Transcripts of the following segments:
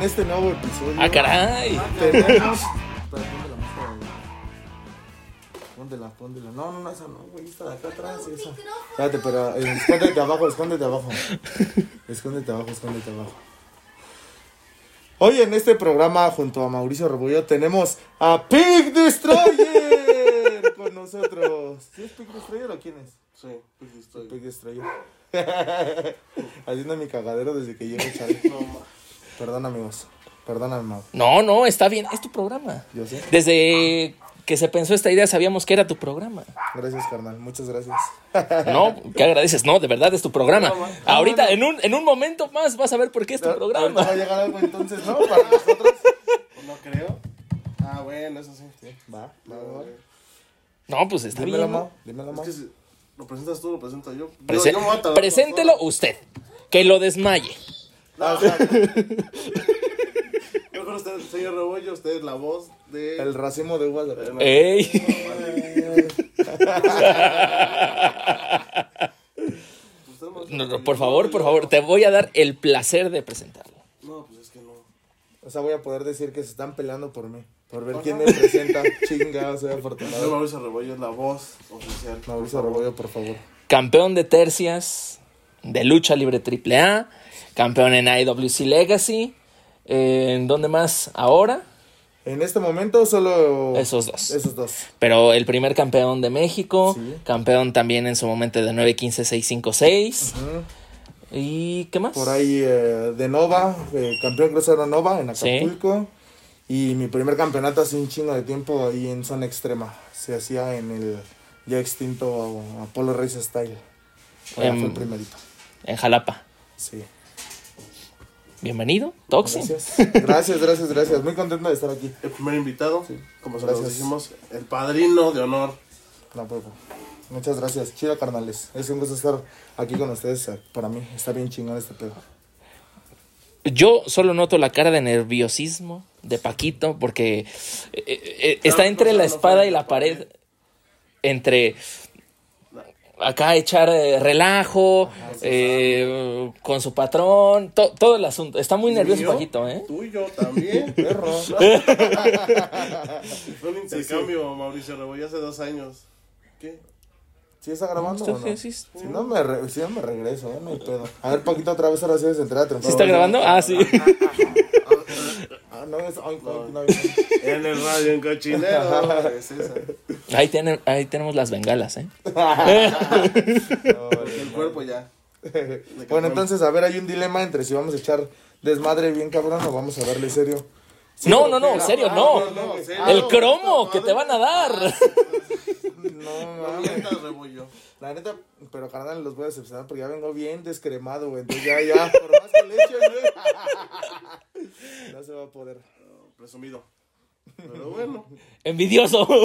en este nuevo episodio. ¡Ah, caray! Tenemos. Póndela. No, esa no, güey, esta de acá atrás, esa. Espérate, pero escóndete abajo. Escóndete abajo. Hoy en este programa, junto a Mauricio Rebollo, tenemos a Pig Destroyer con nosotros. ¿Sí es Pig Destroyer o quién es? Sí, Pig Destroyer. Haciendo mi cagadero desde que llegué, Charlie. Perdón, amigos. Perdóname, Mau. No, está bien, es tu programa. Yo sé. Desde que se pensó esta idea sabíamos que era tu programa. Gracias, carnal. Muchas gracias. No, ¿qué agradeces? No, de verdad es tu programa. Ahorita, en un momento más vas a ver por qué es tu Ahorita programa. va a llegar algo entonces, ¿no? Para nosotros. No creo. Ah, bueno, eso sí. Va. No, pues está Dímelo, bien. Mau. Dímelo, Es Mau. que si lo presentas tú, lo presento yo. Prese- Yo me voy a tardar Preséntelo 2 horas. usted. Que lo desmaye. Yo con usted, señor Rebollo, usted es la voz de... El racimo de uvas. ¡Ey! No, por favor, te voy a dar el placer de presentarlo. No, pues es que no. O sea, voy a poder decir que se están peleando por mí. Por ver quién me presenta. Chinga, soy Soy afortunado. Mauricio Rebollo, es la voz oficial. Mauricio Rebollo, por favor. Campeón de tercias de lucha libre AAA, campeón en IWC Legacy. ¿En dónde más ahora? En este momento solo... Esos dos. Pero el primer campeón de México, Sí. campeón también en su momento de 915-656. Ujú. ¿Y qué más? Por ahí de Nova, campeón crucero Nova en Acapulco. Y mi primer campeonato hace un chingo de tiempo ahí en Zona Extrema. Se hacía en el ya extinto Apollo Race Style. Fue el primerito. En Jalapa. Sí. Bienvenido, Toxin. Gracias. Muy contento de estar aquí. El primer invitado, como se Gracias. lo dijimos, el padrino de honor. No, pues, muchas gracias. Chido, carnales. Es un gusto estar aquí con ustedes. Para mí está bien chingón este pedo. Yo solo noto la cara de nerviosismo de Paquito porque está entre la espada y la pared. Entre acá echar relajo con su patrón, todo el asunto. Está muy nervioso Paquito, ¿eh? Tú y yo también. Perro. Fue un intercambio, Mauricio Rebollo, hace 2 años. ¿Qué? ¿Sí está grabando o no? ¿Sí Si no me regreso, no hay pedo. A ver, Paquito, otra vez ahora sí desentrate. está grabando? Ah, sí. No, es... no. En el radio, en cochinero. Es esa. Ahí tenemos las bengalas, ¿eh? Porque el cuerpo ya. Bueno, entonces, a ver, hay un dilema entre si vamos a echar desmadre bien cabrón o vamos a darle serio. Sí, No, en serio, no. serio. El cromo que te van a dar. No, No mames. mientas, Rebollo. La neta, pero carnal, los voy a decepcionar porque ya vengo bien descremado, güey. Entonces ya, por más que le echen, güey. No se va a poder. Presumido. Pero bueno. Envidioso. Tú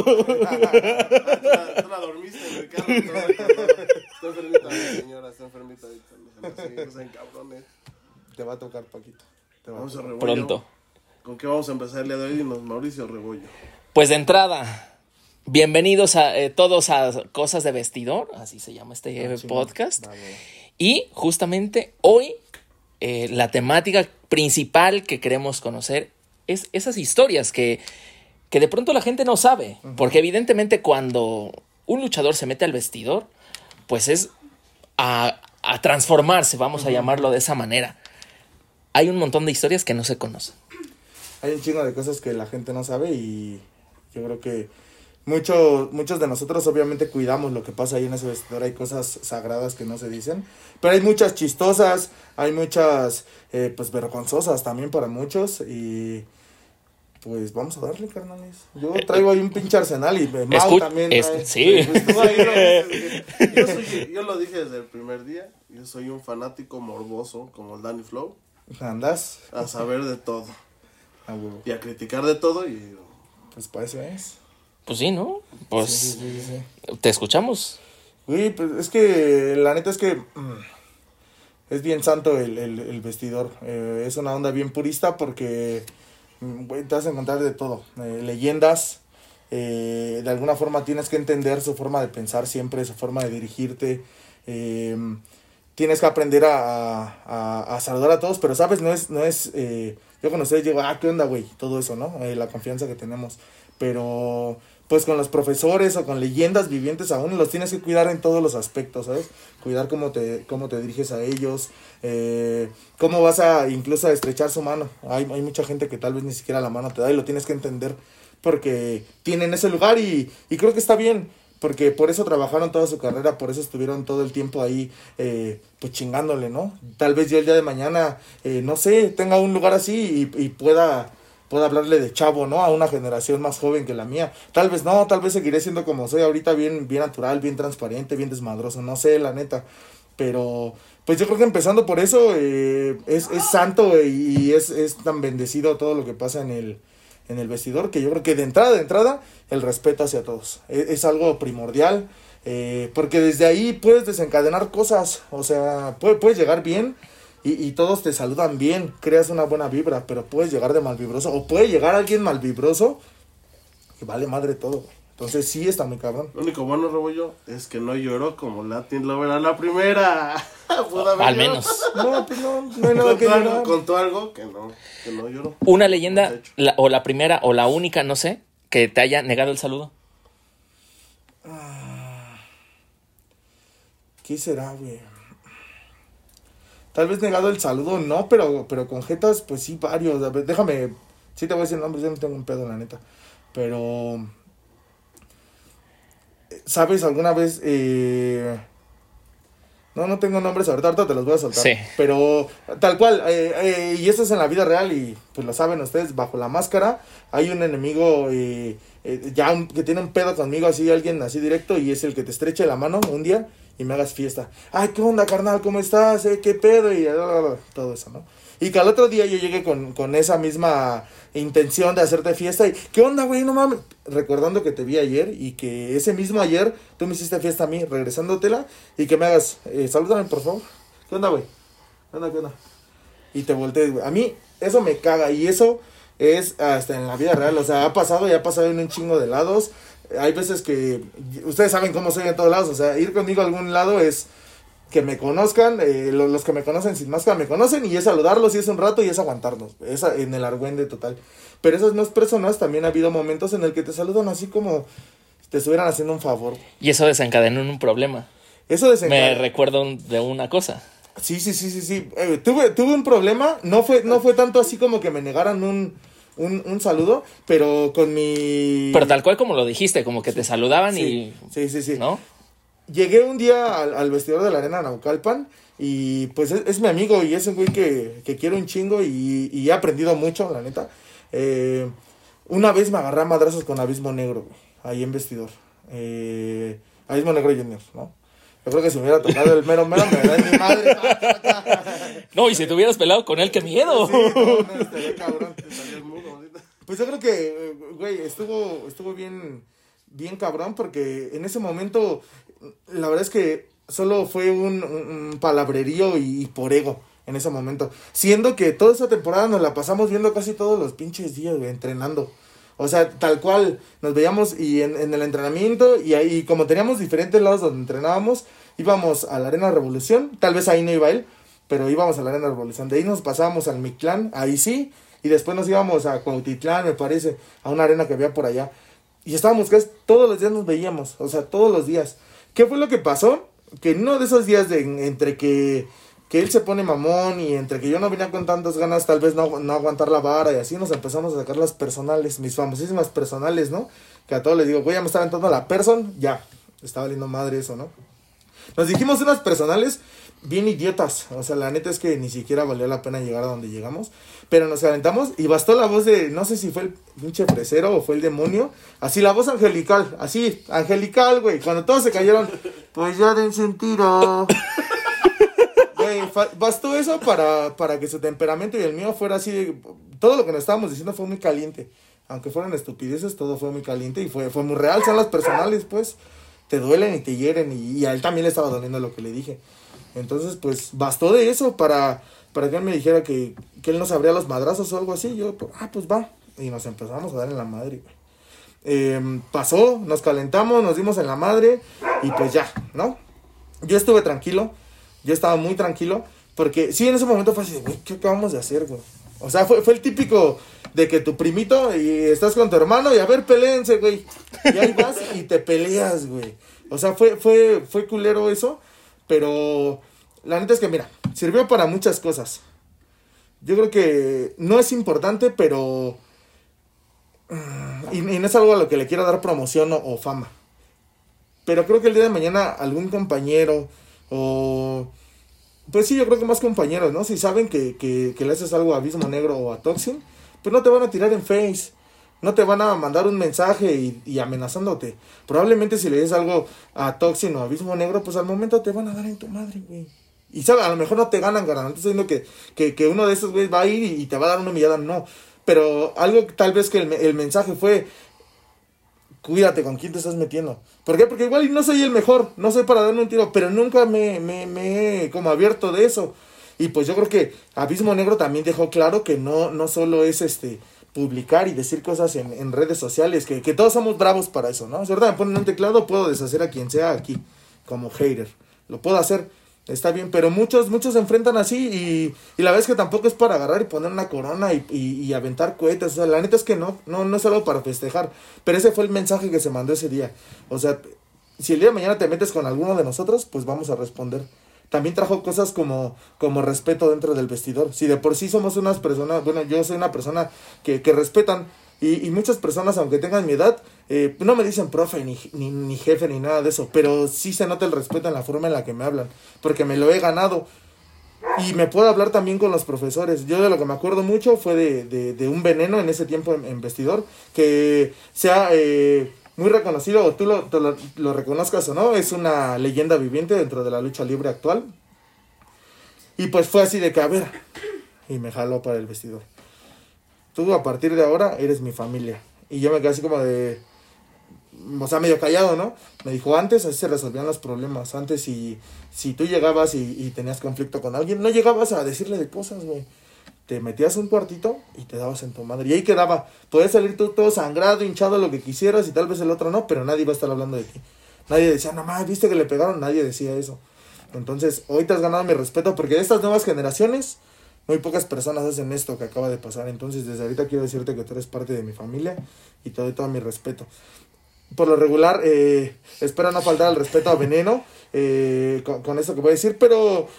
la dormiste en el carro. Está enfermita, señora. Está enfermita ahorita. No sean cabrones. Te va a tocar, Paquito. Te va a Vamos a tocar. Rebollo. Pronto. ¿Con qué vamos a empezar el día de hoy? Dinos, Mauricio Rebollo. Pues de entrada, bienvenidos a todos a Cosas de Vestidor, así se llama este podcast. Va, güey. Y justamente hoy la temática principal que queremos conocer es esas historias que de pronto la gente no sabe. Porque evidentemente cuando un luchador se mete al vestidor, pues es a transformarse, vamos a llamarlo de esa manera. Hay un montón de historias que no se conocen. Hay un chingo de cosas que la gente no sabe y yo creo que muchos de nosotros obviamente cuidamos lo que pasa ahí en ese vestidor. Hay cosas sagradas que no se dicen, pero hay muchas chistosas, hay muchas pues vergonzosas también para muchos y pues vamos a darle, carnales. Yo traigo ahí un pinche arsenal y Mau también trae. Sí. Tú ahí lo dices. Yo lo dije desde el primer día. Yo soy un fanático morboso como el Danny Flow. ¿Andas? A saber de todo. Ah, huevo. Y a criticar de todo. Y Pues para eso es. Pues sí, ¿no? Pues Sí. te escuchamos. Güey, pues es que la neta es que es bien santo el vestidor. Es una onda bien purista porque güey, te vas a encontrar de todo. Leyendas. De alguna forma tienes que entender su forma de pensar siempre, su forma de dirigirte. Tienes que aprender a saludar a todos, pero sabes, no es Yo con ustedes digo, ¿qué onda, güey? Todo eso, ¿no? La confianza que tenemos. Pero, pues con los profesores o con leyendas vivientes aún los tienes que cuidar en todos los aspectos, ¿sabes? Cuidar cómo te diriges a ellos, cómo vas a incluso a estrechar su mano. Hay mucha gente que tal vez ni siquiera la mano te da y lo tienes que entender porque tienen ese lugar y creo que está bien. Porque por eso trabajaron toda su carrera, por eso estuvieron todo el tiempo ahí, pues chingándole, ¿no? Tal vez yo el día de mañana, no sé, tenga un lugar así y pueda hablarle de chavo, ¿no? A una generación más joven que la mía. Tal vez no, tal vez seguiré siendo como soy ahorita, bien natural, bien transparente, bien desmadroso, no sé, la neta. Pero, pues yo creo que empezando por eso, es santo y es tan bendecido todo lo que pasa en el vestidor, que yo creo que de entrada, el respeto hacia todos. Es algo primordial, porque desde ahí puedes desencadenar cosas, o sea, puedes llegar bien y todos te saludan bien, creas una buena vibra, pero puedes llegar de malvibroso, o puede llegar alguien malvibroso y vale madre todo. Entonces sí está muy cabrón. Lo único bueno, Rebollo, es que no lloró como Latin Lover a la primera. Al menos. No, pues no hay nada que llorar. Contó algo que no lloró. Una leyenda, o la primera, o la única, no sé, que te haya negado el saludo. ¿Qué será, güey? Tal vez negado el saludo, no, pero con jetas, pues sí, varios. A ver, déjame, sí te voy a decir nombres, yo no tengo un pedo, la neta. Pero, ¿sabes? Alguna vez, no tengo nombres ahorita te los voy a soltar. Sí. Pero, tal cual, y esto es en la vida real y pues lo saben ustedes, bajo la máscara hay un enemigo que tiene un pedo conmigo, así alguien así directo, y es el que te estreche la mano un día y me hagas fiesta. Ay, ¿qué onda, carnal? ¿Cómo estás? ¿Qué pedo? Y todo eso, ¿no? Y que al otro día yo llegué con esa misma intención de hacerte fiesta y, ¿qué onda, güey? No mames. Recordando que te vi ayer y que ese mismo ayer tú me hiciste fiesta a mí, regresándotela, y que me hagas, salúdame, por favor. ¿Qué onda, güey? ¿Qué onda? Y te voltees, güey. A mí eso me caga y eso es hasta en la vida real. O sea, ha pasado en un chingo de lados. Hay veces que ustedes saben cómo soy en todos lados. O sea, ir conmigo a algún lado es que me conozcan, los que me conocen sin máscara me conocen, y es saludarlos y es un rato y es aguantarnos, es en el argüende total. Pero esas mismas personas también ha habido momentos en el que te saludan así como si te estuvieran haciendo un favor. Y eso desencadenó en un problema. Me recuerdo de una cosa. Sí. Tuve un problema, no fue tanto así como que me negaran un saludo, pero con mi... Pero tal cual como lo dijiste, como que te saludaban sí, y... Sí. ¿No? Llegué un día al vestidor de la Arena Naucalpan y pues es mi amigo y es un güey que quiero un chingo y he aprendido mucho, la neta. Una vez me agarré a madrazos con Abismo Negro, güey, ahí en vestidor. Abismo Negro Junior, ¿no? Yo creo que si me hubiera tocado el mero, me da en mi madre. No, y si te hubieras pelado con él, ¡qué miedo! Sí, no, estaría cabrón. Pues yo creo que, güey, estuvo bien cabrón, porque en ese momento la verdad es que solo fue un palabrerío y por ego en ese momento, siendo que toda esa temporada nos la pasamos viendo casi todos los pinches días, güey, entrenando. O sea, tal cual, nos veíamos y en el entrenamiento, y ahí como teníamos diferentes lados donde entrenábamos, íbamos a la Arena Revolución, tal vez ahí no iba él, pero íbamos a la Arena Revolución, de ahí nos pasábamos al Mictlán, ahí sí, y después nos íbamos a Cuautitlán, me parece, a una arena que había por allá. Y estábamos casi todos los días nos veíamos, o sea, todos los días. ¿Qué fue lo que pasó? Que en uno de esos días entre que él se pone mamón y entre que yo no venía con tantas ganas, tal vez no aguantar la vara, y así nos empezamos a sacar las personales, mis famosísimas personales, ¿no? Que a todos les digo, güey, ya me está aventando la person, ya, está valiendo madre eso, ¿no? Nos dijimos unas personales bien idiotas, o sea, la neta es que ni siquiera valió la pena llegar a donde llegamos, pero nos calentamos y bastó la voz de, no sé si fue el pinche fresero o fue el demonio, así la voz angelical, güey, cuando todos se cayeron, pues ya dense un tiro. Güey, bastó eso para que su temperamento y el mío fuera así de, todo lo que nos estábamos diciendo fue muy caliente, aunque fueran estupideces, todo fue muy caliente y fue muy real, son las personales, pues, te duelen y te hieren, y a él también le estaba doliendo lo que le dije. Entonces, pues, bastó de eso para que él me dijera que él nos abría los madrazos o algo así. Yo, pues va. Y nos empezamos a dar en la madre, güey. Pasó, nos calentamos, nos dimos en la madre y pues ya, ¿no? Yo estuve tranquilo, yo estaba muy tranquilo, porque sí, en ese momento fue así, güey, ¿qué acabamos de hacer, güey? O sea, fue el típico de que tu primito y estás con tu hermano y a ver, peléense, güey. Y ahí vas y te peleas, güey. O sea, fue culero eso, pero la neta es que, mira, sirvió para muchas cosas. Yo creo que no es importante, pero... Y no es algo a lo que le quiero dar promoción o fama. Pero creo que el día de mañana algún compañero o... Pues sí, yo creo que más compañeros, ¿no? Si saben que le haces algo a Abismo Negro o a Toxin, pues no te van a tirar en Face. No te van a mandar un mensaje y amenazándote. Probablemente si le dices algo a Toxin o a Abismo Negro, pues al momento te van a dar en tu madre, güey. Y sabes, a lo mejor no te ganan, no te estoy diciendo que uno de esos güeyes va a ir y te va a dar una humillada, no. Pero algo tal vez que el mensaje fue, cuídate con quién te estás metiendo. ¿Por qué? Porque igual no soy el mejor, no soy para darme un tiro, pero nunca me he como abierto de eso. Y pues yo creo que Abismo Negro también dejó claro que no solo es publicar y decir cosas en redes sociales, que todos somos bravos para eso, ¿no? Si ahorita me ponen un teclado, puedo deshacer a quien sea aquí, como hater. Lo puedo hacer, está bien, pero muchos se enfrentan así y la verdad es que tampoco es para agarrar y poner una corona y aventar cohetes. O sea, la neta es que no es algo para festejar, pero ese fue el mensaje que se mandó ese día. O sea, si el día de mañana te metes con alguno de nosotros, pues vamos a responder. También trajo cosas como respeto dentro del vestidor. Si de por sí somos unas personas, bueno, yo soy una persona que respetan, y muchas personas, aunque tengan mi edad, no me dicen profe, ni jefe, ni nada de eso, pero sí se nota el respeto en la forma en la que me hablan, porque me lo he ganado. Y me puedo hablar también con los profesores. Yo de lo que me acuerdo mucho fue de un Veneno en ese tiempo en vestidor, que sea... muy reconocido, o tú lo reconozcas o no, es una leyenda viviente dentro de la lucha libre actual. Y pues fue así de que, a ver, y me jaló para el vestidor. Tú a partir de ahora eres mi familia. Y yo me quedé así como de... O sea, medio callado, ¿no? Me dijo, antes así se resolvían los problemas. Antes si tú llegabas y tenías conflicto con alguien, no llegabas a decirle de cosas, güey. Te metías un cuartito y te dabas en tu madre. Y ahí quedaba. Podías salir tú todo sangrado, hinchado, lo que quisieras, y tal vez el otro no, pero nadie iba a estar hablando de ti. Nadie decía, no más, ¿viste que le pegaron? Nadie decía eso. Entonces, hoy te has ganado mi respeto, porque de estas nuevas generaciones, muy pocas personas hacen esto que acaba de pasar. Entonces, desde ahorita quiero decirte que tú eres parte de mi familia y te doy todo mi respeto. Por lo regular, espero no faltar al respeto a Veneno con esto que voy a decir, pero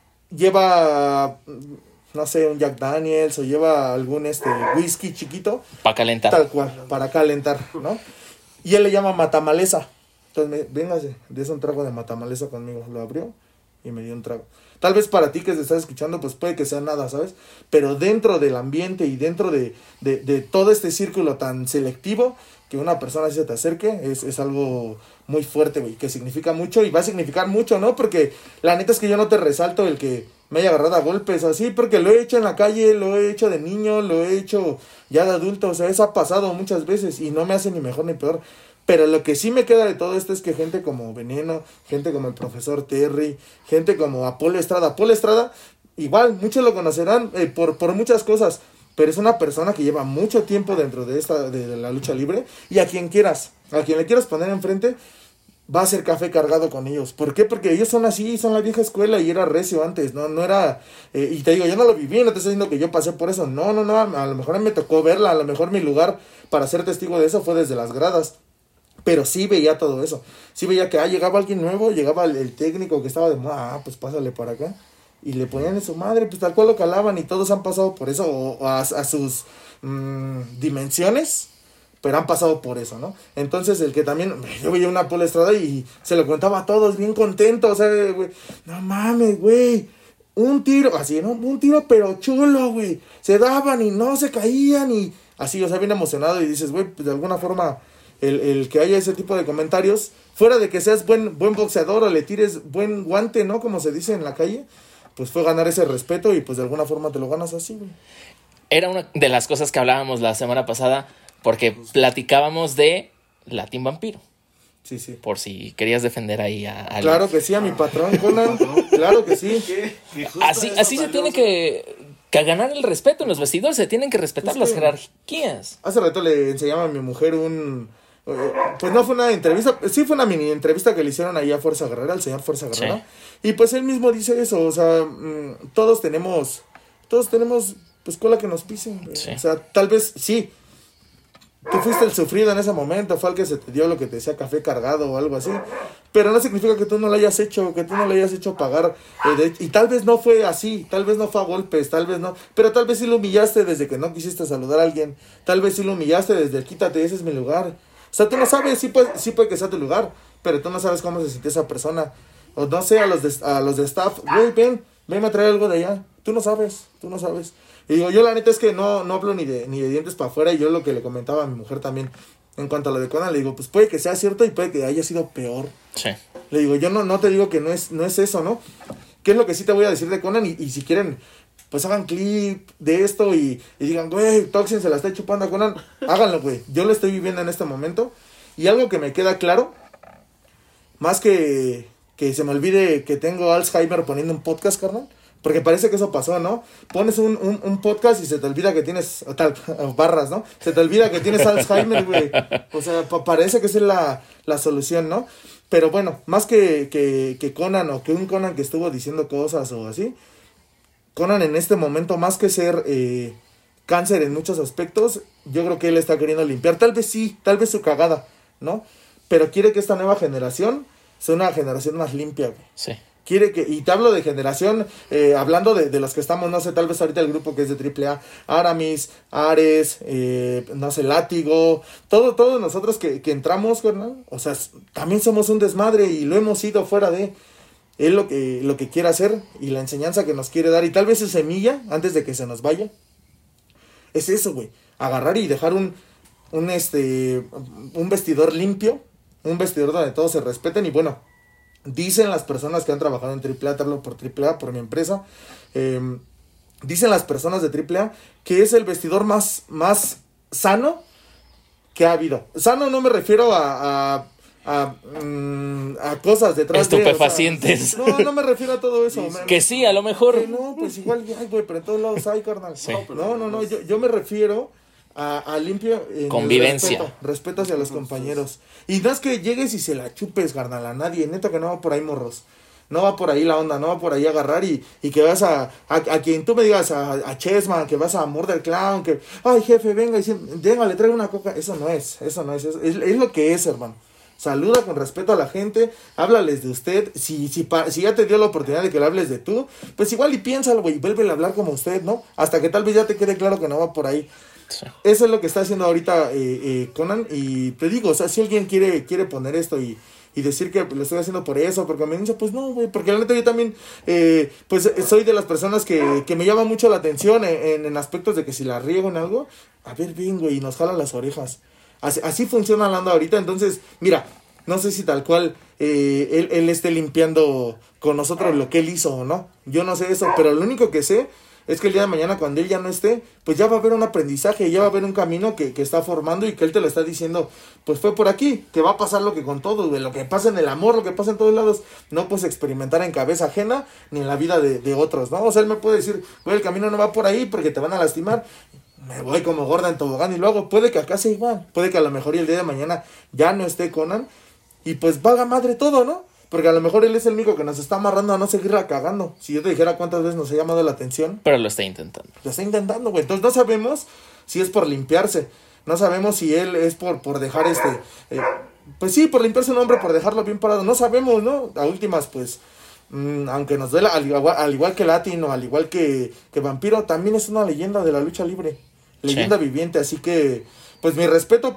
lleva... no sé, un Jack Daniels o lleva algún whisky chiquito. Para calentar. Tal cual, para calentar, ¿no? Y él le llama matamaleza. Entonces, véngase, des un trago de matamaleza conmigo. Lo abrió y me dio un trago. Tal vez para ti que te estás escuchando, pues puede que sea nada, ¿sabes? Pero dentro del ambiente y dentro de todo este círculo tan selectivo, que una persona así se te acerque, es algo muy fuerte, güey, que significa mucho y va a significar mucho, ¿no? Porque la neta es que yo no te resalto el que me haya agarrado a golpes o así, porque lo he hecho en la calle, lo he hecho de niño, lo he hecho ya de adulto, o sea, eso ha pasado muchas veces y no me hace ni mejor ni peor. Pero lo que sí me queda de todo esto es que gente como Veneno, gente como el profesor Terry, gente como Apolo Estrada, igual, muchos lo conocerán por muchas cosas, pero es una persona que lleva mucho tiempo dentro de la lucha libre, y a quien le quieras poner enfrente, va a ser café cargado con ellos. ¿Por qué? Porque ellos son así, son la vieja escuela y era recio antes, no era... y te digo, yo no lo viví, no te estoy diciendo que yo pasé por eso, no, a lo mejor me tocó verla, a lo mejor mi lugar para ser testigo de eso fue desde las gradas. Pero sí veía todo eso, sí veía que llegaba alguien nuevo, llegaba el técnico que estaba de moda, pues pásale para acá, y le ponían en su madre, pues tal cual lo calaban, y todos han pasado por eso, o a sus dimensiones, pero han pasado por eso, ¿no? Entonces el que también, yo veía una Apolo Estrada y se lo contaba a todos bien contento, o sea, güey, no mames, güey, un tiro, así, ¿no? Un tiro pero chulo, güey, se daban y no se caían, y así, o sea, bien emocionado, y dices, güey, pues de alguna forma... El que haya ese tipo de comentarios, fuera de que seas buen boxeador o le tires buen guante, ¿no? Como se dice en la calle, pues fue ganar ese respeto y pues de alguna forma te lo ganas así, güey. Era una de las cosas que hablábamos la semana pasada, porque platicábamos de Latin Vampiro. Sí, sí. Por si querías defender ahí a alguien. Claro que sí, a mi patrón, Conan. Claro que sí. Así se tiene que ganar el respeto en los vestidores, se tienen que respetar las jerarquías. Hace rato le enseñaba a mi mujer pues no fue una entrevista, sí fue una mini entrevista que le hicieron ahí a Fuerza Guerrera, al señor Fuerza Guerrera. Sí. Y pues él mismo dice eso, o sea, todos tenemos pues cola que nos pisen, güey. Sí. O sea, tal vez, sí, tú fuiste el sufrido en ese momento, fue el que se te dio lo que te decía café cargado o algo así, pero no significa que tú no lo hayas hecho, que tú no le hayas hecho pagar, y tal vez no fue así, tal vez no fue a golpes, tal vez no, pero tal vez sí lo humillaste desde que no quisiste saludar a alguien, tal vez sí lo humillaste desde el quítate, ese es mi lugar, o sea, tú no sabes, sí puede que sea tu lugar, pero tú no sabes cómo se sintió esa persona, o no sé, a los de staff, güey, ven a traer algo de allá, tú no sabes, y digo, yo la neta es que no hablo ni de dientes para afuera, y yo lo que le comentaba a mi mujer también, en cuanto a lo de Conan, le digo, pues puede que sea cierto y puede que haya sido peor. Sí. Le digo, yo no te digo que no es eso, ¿no? ¿Qué es lo que sí te voy a decir de Conan? Y si quieren, pues hagan clip de esto y digan, güey, Toxin se la está chupando a Conan, háganlo, güey. Yo lo estoy viviendo en este momento, y algo que me queda claro, más que se me olvide que tengo Alzheimer poniendo un podcast, carnal. Porque parece que eso pasó, ¿no? Pones un podcast y se te olvida que tienes, barras, ¿no? Se te olvida que tienes Alzheimer, güey. O sea, parece que esa es la solución, ¿no? Pero bueno, más que Conan o que un Conan que estuvo diciendo cosas o así, Conan en este momento, más que ser cáncer en muchos aspectos, yo creo que él está queriendo limpiar. Tal vez sí, tal vez su cagada, ¿no? Pero quiere que esta nueva generación sea una generación más limpia, güey. Sí. Quiere que, y te hablo de generación, hablando de los que estamos, no sé, tal vez ahorita el grupo que es de AAA, Aramis, Ares, no sé, Látigo, todos nosotros que entramos, ¿no? O sea, también somos un desmadre y lo hemos ido fuera de él lo que quiere hacer y la enseñanza que nos quiere dar, y tal vez su semilla, antes de que se nos vaya, es eso, güey, agarrar y dejar un vestidor limpio, un vestidor donde todos se respeten, y bueno, dicen las personas que han trabajado en AAA, te hablo por AAA, por mi empresa, dicen las personas de AAA que es el vestidor más sano que ha habido. Sano no me refiero a cosas detrás estupefacientes. de... O sea, no me refiero a todo eso. Que sí, a lo mejor. No, pues igual, ay, güey, pero en todos lados hay, carnal. Sí. No, yo me refiero a limpio convivencia, respeto hacia los compañeros, y no es que llegues y se la chupes, carnal, a nadie, neta que no va por ahí, morros, no va por ahí la onda, no va por ahí agarrar y que vas a quien tú me digas, a Chessman, que vas a Murder Clown, que ay jefe, venga, le traigo una coca, eso no es lo que es, hermano. Saluda con respeto a la gente, háblales de usted, si ya te dio la oportunidad de que le hables de tú, pues igual y piénsalo, güey, vuélvele a hablar como usted, ¿no? Hasta que tal vez ya te quede claro que no va por ahí. Sí. Eso es lo que está haciendo ahorita Conan, y te digo, o sea, si alguien quiere poner esto y decir que lo estoy haciendo por eso, porque me dice, pues no, güey, porque la neta yo también, pues soy de las personas que me llama mucho la atención en aspectos de que si la riego en algo, a ver, bien, güey, y nos jalan las orejas. Así funciona la onda ahorita, entonces, mira, no sé si tal cual él esté limpiando con nosotros lo que él hizo o no, yo no sé eso, pero lo único que sé es que el día de mañana cuando él ya no esté, pues ya va a haber un aprendizaje, ya va a haber un camino que está formando, y que él te lo está diciendo, pues fue por aquí, que va a pasar lo que con todo, güey, lo que pasa en el amor, lo que pasa en todos lados, no puedes experimentar en cabeza ajena, ni en la vida de otros, ¿no? O sea, él me puede decir, güey, el camino no va por ahí porque te van a lastimar, me voy como gorda en tobogán y luego puede que acá sea igual, puede que a lo mejor y el día de mañana ya no esté Conan, y pues valga madre todo, ¿no? Porque a lo mejor él es el único que nos está amarrando a no seguirla cagando. Si yo te dijera cuántas veces nos ha llamado la atención. Pero lo está intentando. Lo está intentando, güey. Entonces no sabemos si es por limpiarse. No sabemos si él es por dejar pues sí, por limpiarse un hombre, por dejarlo bien parado. No sabemos, ¿no? A últimas, pues, aunque nos duela, al igual que Latino, al igual que Vampiro, también es una leyenda de la lucha libre. Leyenda viviente. Así que, pues mi respeto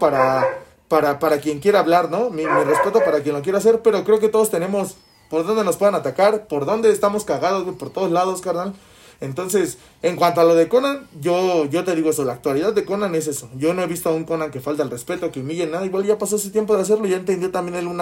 para quien quiera hablar, ¿no? Mi respeto para quien lo quiera hacer, pero creo que todos tenemos por dónde nos puedan atacar, por dónde estamos cagados, güey, por todos lados, carnal. Entonces, en cuanto a lo de Conan, yo te digo eso, la actualidad de Conan es eso. Yo no he visto a un Conan que falta el respeto, que humille nada, igual ya pasó ese tiempo de hacerlo, ya entendió también él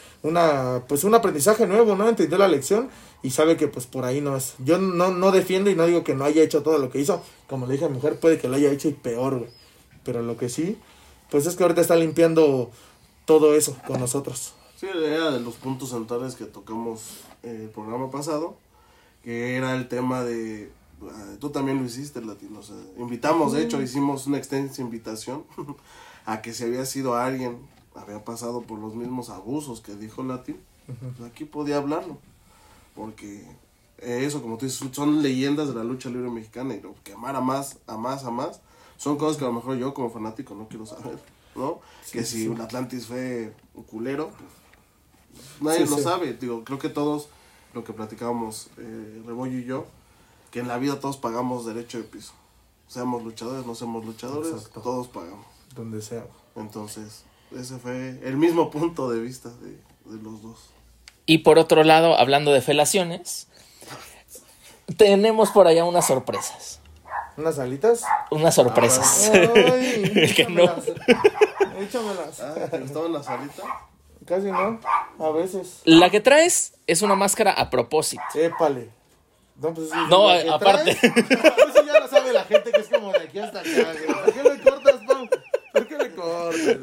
pues un aprendizaje nuevo, ¿no? Entendió la lección y sabe que pues por ahí no es. Yo no defiendo y no digo que no haya hecho todo lo que hizo, como le dije a mi mujer, puede que lo haya hecho y peor, güey. Pero lo que sí, pues es que ahorita está limpiando todo eso con nosotros. Sí, era de los puntos centrales que tocamos el programa pasado, que era el tema de... tú también lo hiciste, Latino, o sea, invitamos, de hecho, hicimos una extensa invitación a que si había sido alguien, había pasado por los mismos abusos que dijo Latino, pues aquí podía hablarlo, porque eso, como tú dices, son leyendas de la lucha libre mexicana y quemar a más, son cosas que a lo mejor yo como fanático no quiero saber, ¿no? Sí, que si un Atlantis fue un culero, pues, nadie lo sabe. Digo, creo que todos, lo que platicábamos Rebollo y yo, que en la vida todos pagamos derecho de piso. Seamos luchadores, no seamos luchadores, exacto, todos pagamos. Donde sea. Entonces, ese fue el mismo punto de vista de los dos. Y por otro lado, hablando de felaciones, tenemos por allá unas sorpresas. ¿Unas alitas? Unas sorpresas. Ay, que no. Échamelas. ¿Te gustaban las alitas? Casi no, a veces. La que traes es una máscara a propósito. Épale. No, pues, no aparte. Eso ya lo sabe la gente, que es como de aquí hasta acá, güey. ¿Por qué le cortas, Pau? ¿Por qué le cortas?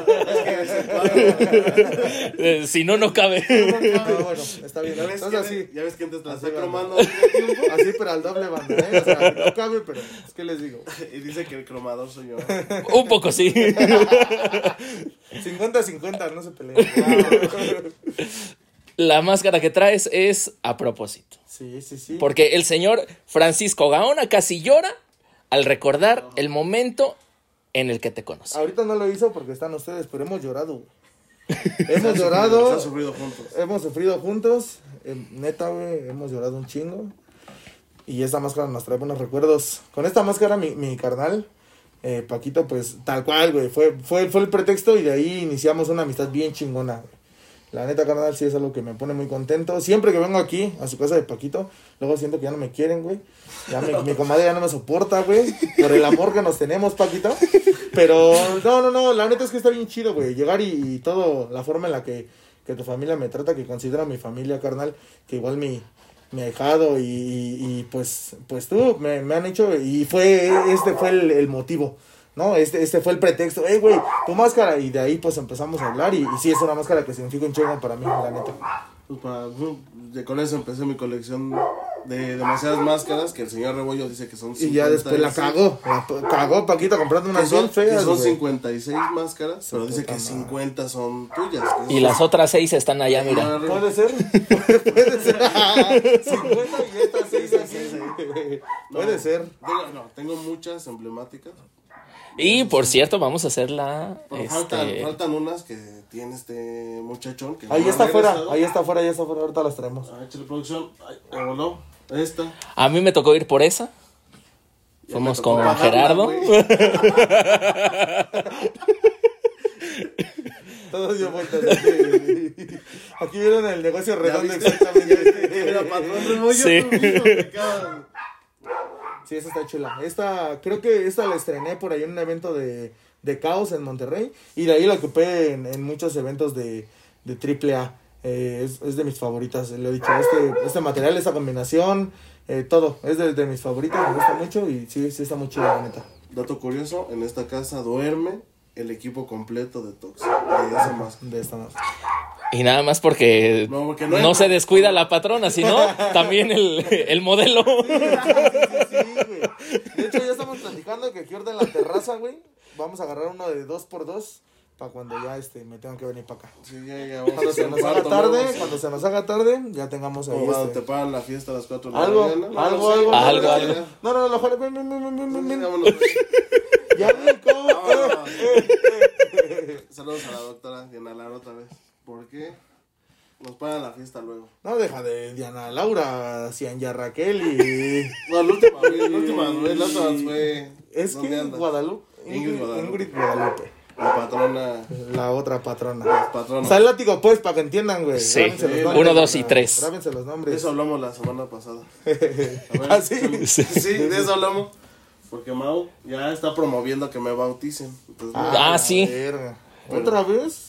No, si no cabe. No, bueno, está bien. ¿Ya ves, así, ya ves que antes la así, estoy cromando. Así, pero al doble banda, ¿eh? O sea, no cabe, pero es que les digo. Y dice que el cromador soy yo. Un poco sí. 50-50, no se peleen. La máscara que traes es a propósito. Sí. Porque el señor Francisco Gaona casi llora al recordar el momento en el que te conocí. Ahorita no lo hizo porque están ustedes, pero hemos llorado. Hemos llorado. Hemos sufrido juntos. Hemos sufrido juntos. Neta, güey, hemos llorado un chingo. Y esta máscara nos trae buenos recuerdos. Con esta máscara, mi carnal, Paquito, pues tal cual, güey. Fue el pretexto y de ahí iniciamos una amistad bien chingona, güey. La neta, carnal, sí es algo que me pone muy contento. Siempre que vengo aquí, a su casa de Paquito, luego siento que ya no me quieren, güey. Ya mi comadre ya no me soporta, güey. Por el amor que nos tenemos, Paquito. Pero, no, la neta es que está bien chido, güey. Llegar y todo, la forma en la que tu familia me trata, que considero mi familia, carnal. Que igual mi ahijado y pues tú me han hecho, y este fue el motivo. No, este fue el pretexto. Güey, tu máscara. Y de ahí pues empezamos a hablar. Y sí, es una máscara que significa un chingo para mí, la neta. Pues con eso empecé mi colección de demasiadas máscaras que el señor Rebollo dice que son 50. Y ya después la cagó Paquito comprando unas bien feas. Que son güey. 56 máscaras, pero dice que 50 son tuyas. Y las otras 6 están allá, mira. ¿Puede ser? Puede ser. 50 y estas 6 así. Puede ser. Tengo muchas emblemáticas. Y por cierto, vamos a hacer la... Faltan unas que tiene este muchachón. Que ahí está afuera, ahorita las traemos. Échale producción. No, esta. A mí me tocó ir por esa. Fuimos con Gerardo. Todos dio vueltas. Aquí vieron el negocio redondo exactamente. Era patrón Rebollo. Sí. Sí, esa está chula. Creo que esta la estrené por ahí en un evento de Caos en Monterrey. Y de ahí la ocupé en muchos eventos de AAA. Es de mis favoritas, le he dicho. Este material, esta combinación, todo. Es de mis favoritas, me gusta mucho y sí está muy chula, la neta. Dato curioso, en esta casa duerme el equipo completo de Tox. De esta máscara. Y nada más porque no se descuida la patrona, sino también el modelo. Sí, güey. De hecho, ya estamos platicando que aquí en la terraza, güey, vamos a agarrar uno de 2x2 para cuando ya me tengan que venir para acá. Sí, ya vamos cuando se nos haga tarde, ya tengamos ahí. Cuando te pagan la fiesta a las 4 de la mañana. Algo. No, ven. Ya ven, ¿cómo? Saludos a la doctora Diana Lara otra vez. ¿Por qué? Nos pagan la fiesta luego. No, deja de Diana Laura, Cianya Raquel y... No, la última vez fue... Es que Guadalupe. Ingrid Guadalupe. La patrona. La otra patrona. La patrona. Sal látigo, pues, para que entiendan, güey. Sí, 1, 2 y 3. Grábense los nombres. De eso hablamos la semana pasada. ¿Ah, sí? Sí, de eso hablamos. Porque Mau ya está promoviendo que me bauticen. Entonces, sí. Verga. ¿Otra vez?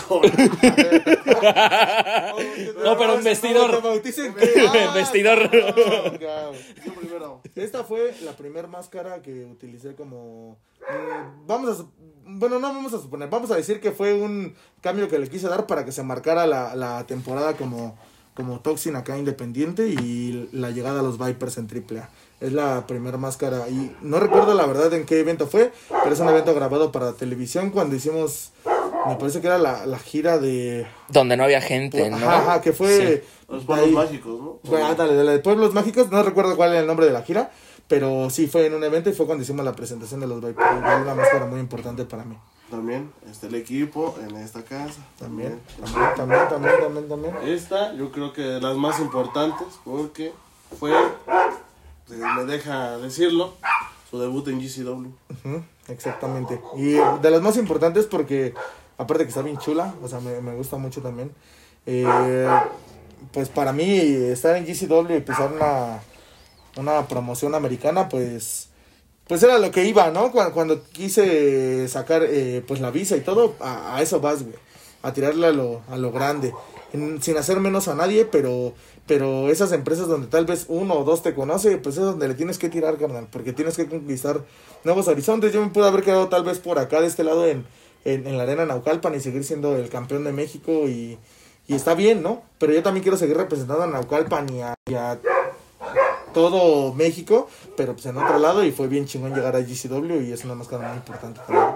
No, pero en vestidor. En vestidor. yo primero. Esta fue la primer máscara que utilicé como... vamos a suponer, vamos a decir que fue un cambio que le quise dar para que se marcara la temporada como Toxin acá independiente y la llegada a los Vipers en AAA. Es la primera máscara y no recuerdo la verdad en qué evento fue, pero es un evento grabado para televisión cuando hicimos Me parece que era la gira de... Donde no había gente, ¿no? Ajá, que fue... Los pueblos mágicos, ¿no? Bueno, ándale, de la de Pueblos Mágicos, no recuerdo cuál era el nombre de la gira, pero sí fue en un evento y fue cuando hicimos la presentación de los Vipers. Igual una máscara muy importante para mí. También el equipo en esta casa. También. Esta yo creo que de las más importantes porque fue, me deja decirlo, su debut en GCW. Exactamente. Y de las más importantes porque, aparte que está bien chula, o sea, me gusta mucho también. Pues para mí estar en GCW y empezar una promoción americana, pues era lo que iba, ¿no? Cuando quise sacar pues la visa y todo, a eso vas, güey. A tirarle a lo grande. Sin hacer menos a nadie, pero esas empresas donde tal vez uno o dos te conoce, pues es donde le tienes que tirar, carnal. Porque tienes que conquistar nuevos horizontes. Yo me pude haber quedado tal vez por acá, de este lado, en la arena Naucalpan y seguir siendo el campeón de México y está bien, ¿no? Pero yo también quiero seguir representando a Naucalpan y a todo México, pero pues en otro lado, y fue bien chingón llegar a GCW y es una máscara muy importante también.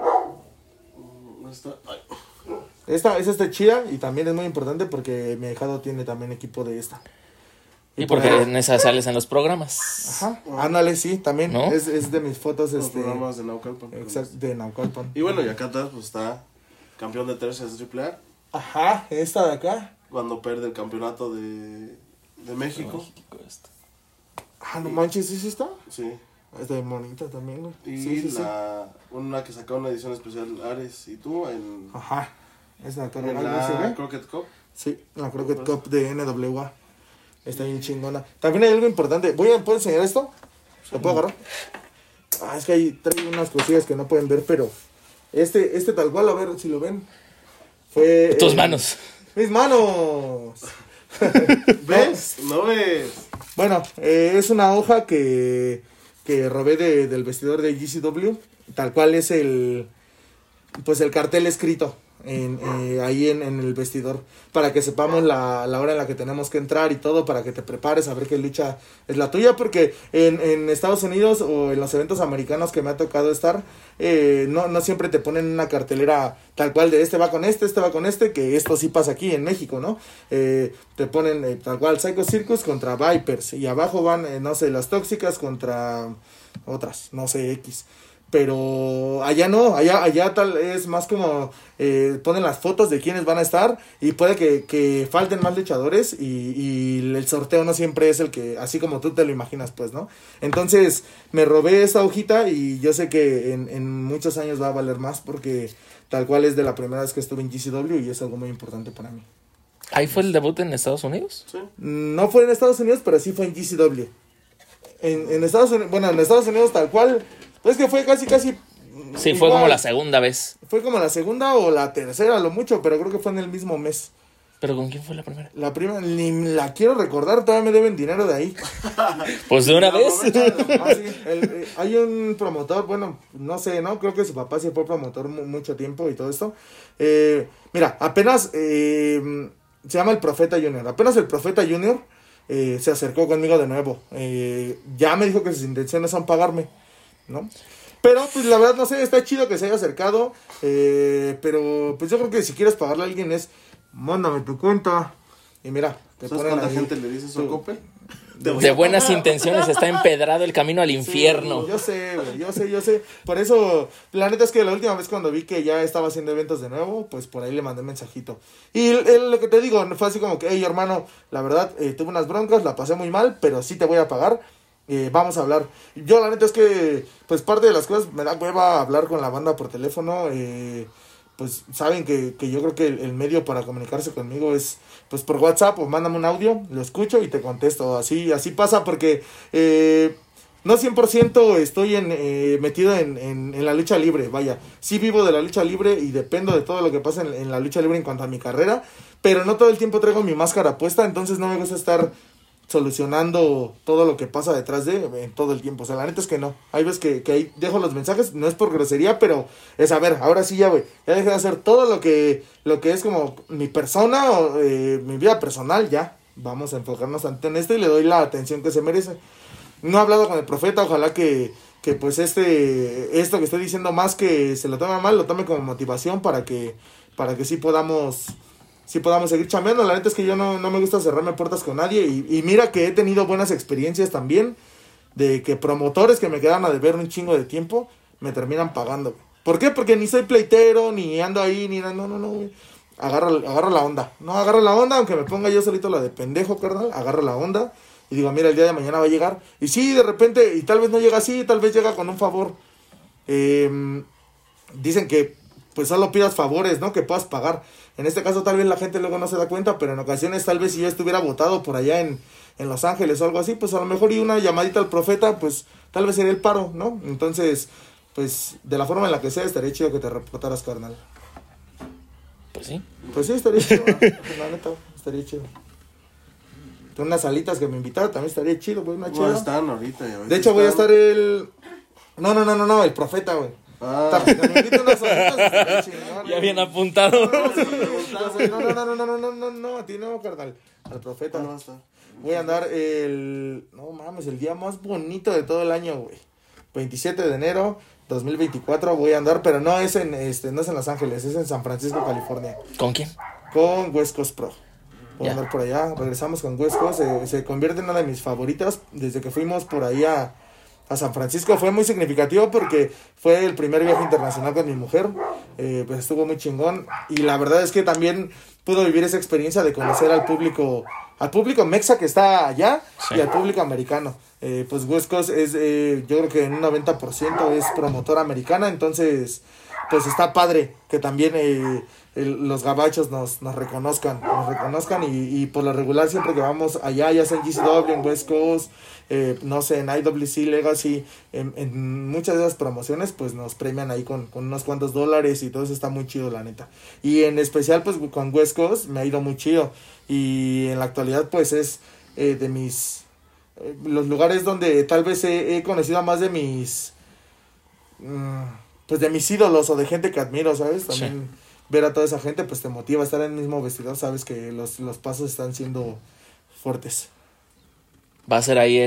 Esta es chida y también es muy importante porque mi ahijado tiene también equipo de esta. Y porque en esas sales en los programas. Ajá, ándale, sí, también, ¿no? Es de mis fotos. Los programas de Naucalpan. Exacto, de Naucalpan. Y bueno, y acá atrás pues está campeón de tercias AAA. Ajá, esta de acá. Cuando pierde el campeonato de México. No manches, ¿sí está? Sí. Es de monita también, güey. Y sí. una que sacó una edición especial Ares y tú en... Ajá. Es de acá en la Crockett Cup. Sí, la Crockett Cup de NWA. Está bien chingona. También hay algo importante. ¿Puedo enseñar esto? ¿Lo puedo agarrar? Es que ahí trae unas cosillas que no pueden ver, pero... Este tal cual, a ver si lo ven. Fue... Tus manos. ¡Mis manos! ¿Ves? ¿No ves? Bueno, es una hoja que robé del vestidor de GCW, tal cual es el cartel escrito ahí en el vestidor, para que sepamos la hora en la que tenemos que entrar y todo, para que te prepares a ver qué lucha es la tuya, porque en Estados Unidos o en los eventos americanos que me ha tocado estar, no siempre te ponen una cartelera tal cual de este va con este, que esto sí pasa aquí en México, ¿no? Te ponen tal cual Psycho Circus contra Vipers, y abajo van, no sé, las tóxicas contra otras, no sé, X. Pero allá no, allá tal es más como ponen las fotos de quiénes van a estar y puede que falten más luchadores y el sorteo no siempre es el que, así como tú te lo imaginas, pues, ¿no? Entonces me robé esta hojita y yo sé que en muchos años va a valer más porque tal cual es de la primera vez que estuve en GCW y es algo muy importante para mí. ¿Ahí fue el debut en Estados Unidos? Sí. No fue en Estados Unidos, pero sí fue en GCW. En Estados Unidos, bueno, en Estados Unidos tal cual... Es que fue casi... Sí, igual. Fue como la segunda vez. Fue como la segunda o la tercera, lo mucho, pero creo que fue en el mismo mes. ¿Pero con quién fue la primera? La primera, ni la quiero recordar, todavía me deben dinero de ahí. Pues de una vez. Sí, hay un promotor, bueno, no sé, ¿no? Creo que su papá sí fue promotor mucho tiempo y todo esto. Mira, apenas se llama el Profeta Junior. Apenas el Profeta Junior se acercó conmigo de nuevo. Ya me dijo que sus intenciones son pagarme, ¿no? Pero pues la verdad no sé, está chido que se haya acercado, pero pues yo creo que si quieres pagarle a alguien es mándame tu cuenta y mira, te ¿sabes ponen cuánta ahí, gente le dice eso a Coppel? De buenas intenciones está empedrado el camino al infierno. Sí, yo sé, güey, yo sé. Por eso, la neta es que la última vez cuando vi que ya estaba haciendo eventos de nuevo, pues por ahí le mandé un mensajito. Y lo que te digo, fue así como que, hey hermano, la verdad, tuve unas broncas, la pasé muy mal, pero sí te voy a pagar. Vamos a hablar. Yo la neta es que, pues parte de las cosas me da hueva hablar con la banda por teléfono. Pues saben que yo creo que el medio para comunicarse conmigo es pues por WhatsApp o mándame un audio, lo escucho y te contesto. Así pasa porque no 100% estoy metido en la lucha libre, vaya. Sí vivo de la lucha libre y dependo de todo lo que pasa en la lucha libre en cuanto a mi carrera, pero no todo el tiempo traigo mi máscara puesta, entonces no me gusta estar solucionando todo lo que pasa detrás de todo el tiempo. O sea, la neta es que no. Hay veces que ahí dejo los mensajes, no es por grosería, pero es a ver, ahora sí ya, güey. Ya dejé de hacer todo lo que es como mi persona o mi vida personal, ya. Vamos a enfocarnos ante en esto y le doy la atención que se merece. No he hablado con el Profeta, ojalá que pues esto que estoy diciendo más que se lo tome mal, lo tome como motivación para que para que sí podamos seguir chambeando. La neta es que yo no me gusta cerrarme puertas con nadie, y mira que he tenido buenas experiencias también, de que promotores que me quedan a deber un chingo de tiempo, me terminan pagando. ¿Por qué? Porque ni soy pleitero, ni ando ahí, ni nada, no, güey. Agarra la onda. No, agarra la onda, aunque me ponga yo solito la de pendejo, carnal. Agarra la onda y digo, mira, el día de mañana va a llegar. Y sí, de repente, y tal vez no llega así, tal vez llega con un favor. Dicen que pues solo pidas favores, ¿no? Que puedas pagar. En este caso tal vez la gente luego no se da cuenta, pero en ocasiones tal vez si yo estuviera botado por allá en Los Ángeles o algo así, pues a lo mejor y una llamadita al profeta, pues tal vez sería el paro, ¿no? Entonces, pues de la forma en la que sea, estaría chido que te reportaras, carnal. Pues sí. Pues sí, estaría chido, la neta, estaría chido. Unas alitas que me invitaron, también estaría chido, güey, una chida. No están ahorita. Ya de hecho, voy a estar el... No, el profeta, güey. Me invito unas alitas, estaría chingón, Ya bien apuntado. No, a ti no, carnal. Al profeta. No está. Voy a andar no mames, el día más bonito de todo el año, güey. 27 de enero 2024 voy a andar, pero no es en no es en Los Ángeles, es en San Francisco, California. ¿Con quién? Con West Coast Pro. Voy a Ya. andar por allá, regresamos con West Coast, se convierte en una de mis favoritas desde que fuimos por ahí a San Francisco. Fue muy significativo porque fue el primer viaje internacional con mi mujer, pues estuvo muy chingón, y la verdad es que también pudo vivir esa experiencia de conocer al público mexa que está allá, sí, y al público americano. Pues West Coast es, yo creo que en un 90% es promotora americana, entonces pues está padre que también los gabachos nos reconozcan y por lo regular siempre que vamos allá, ya sea en GCW, en West Coast, no sé, en IWC Legacy, en muchas de esas promociones pues nos premian ahí con unos cuantos dólares, y todo eso está muy chido, la neta. Y en especial pues con West Coast me ha ido muy chido, y en la actualidad pues es de mis los lugares donde tal vez he conocido a más de mis pues de mis ídolos o de gente que admiro, ¿sabes? También sí, ver a toda esa gente pues te motiva a estar en el mismo vestidor, sabes que los pasos están siendo fuertes. ¿Va a ser ahí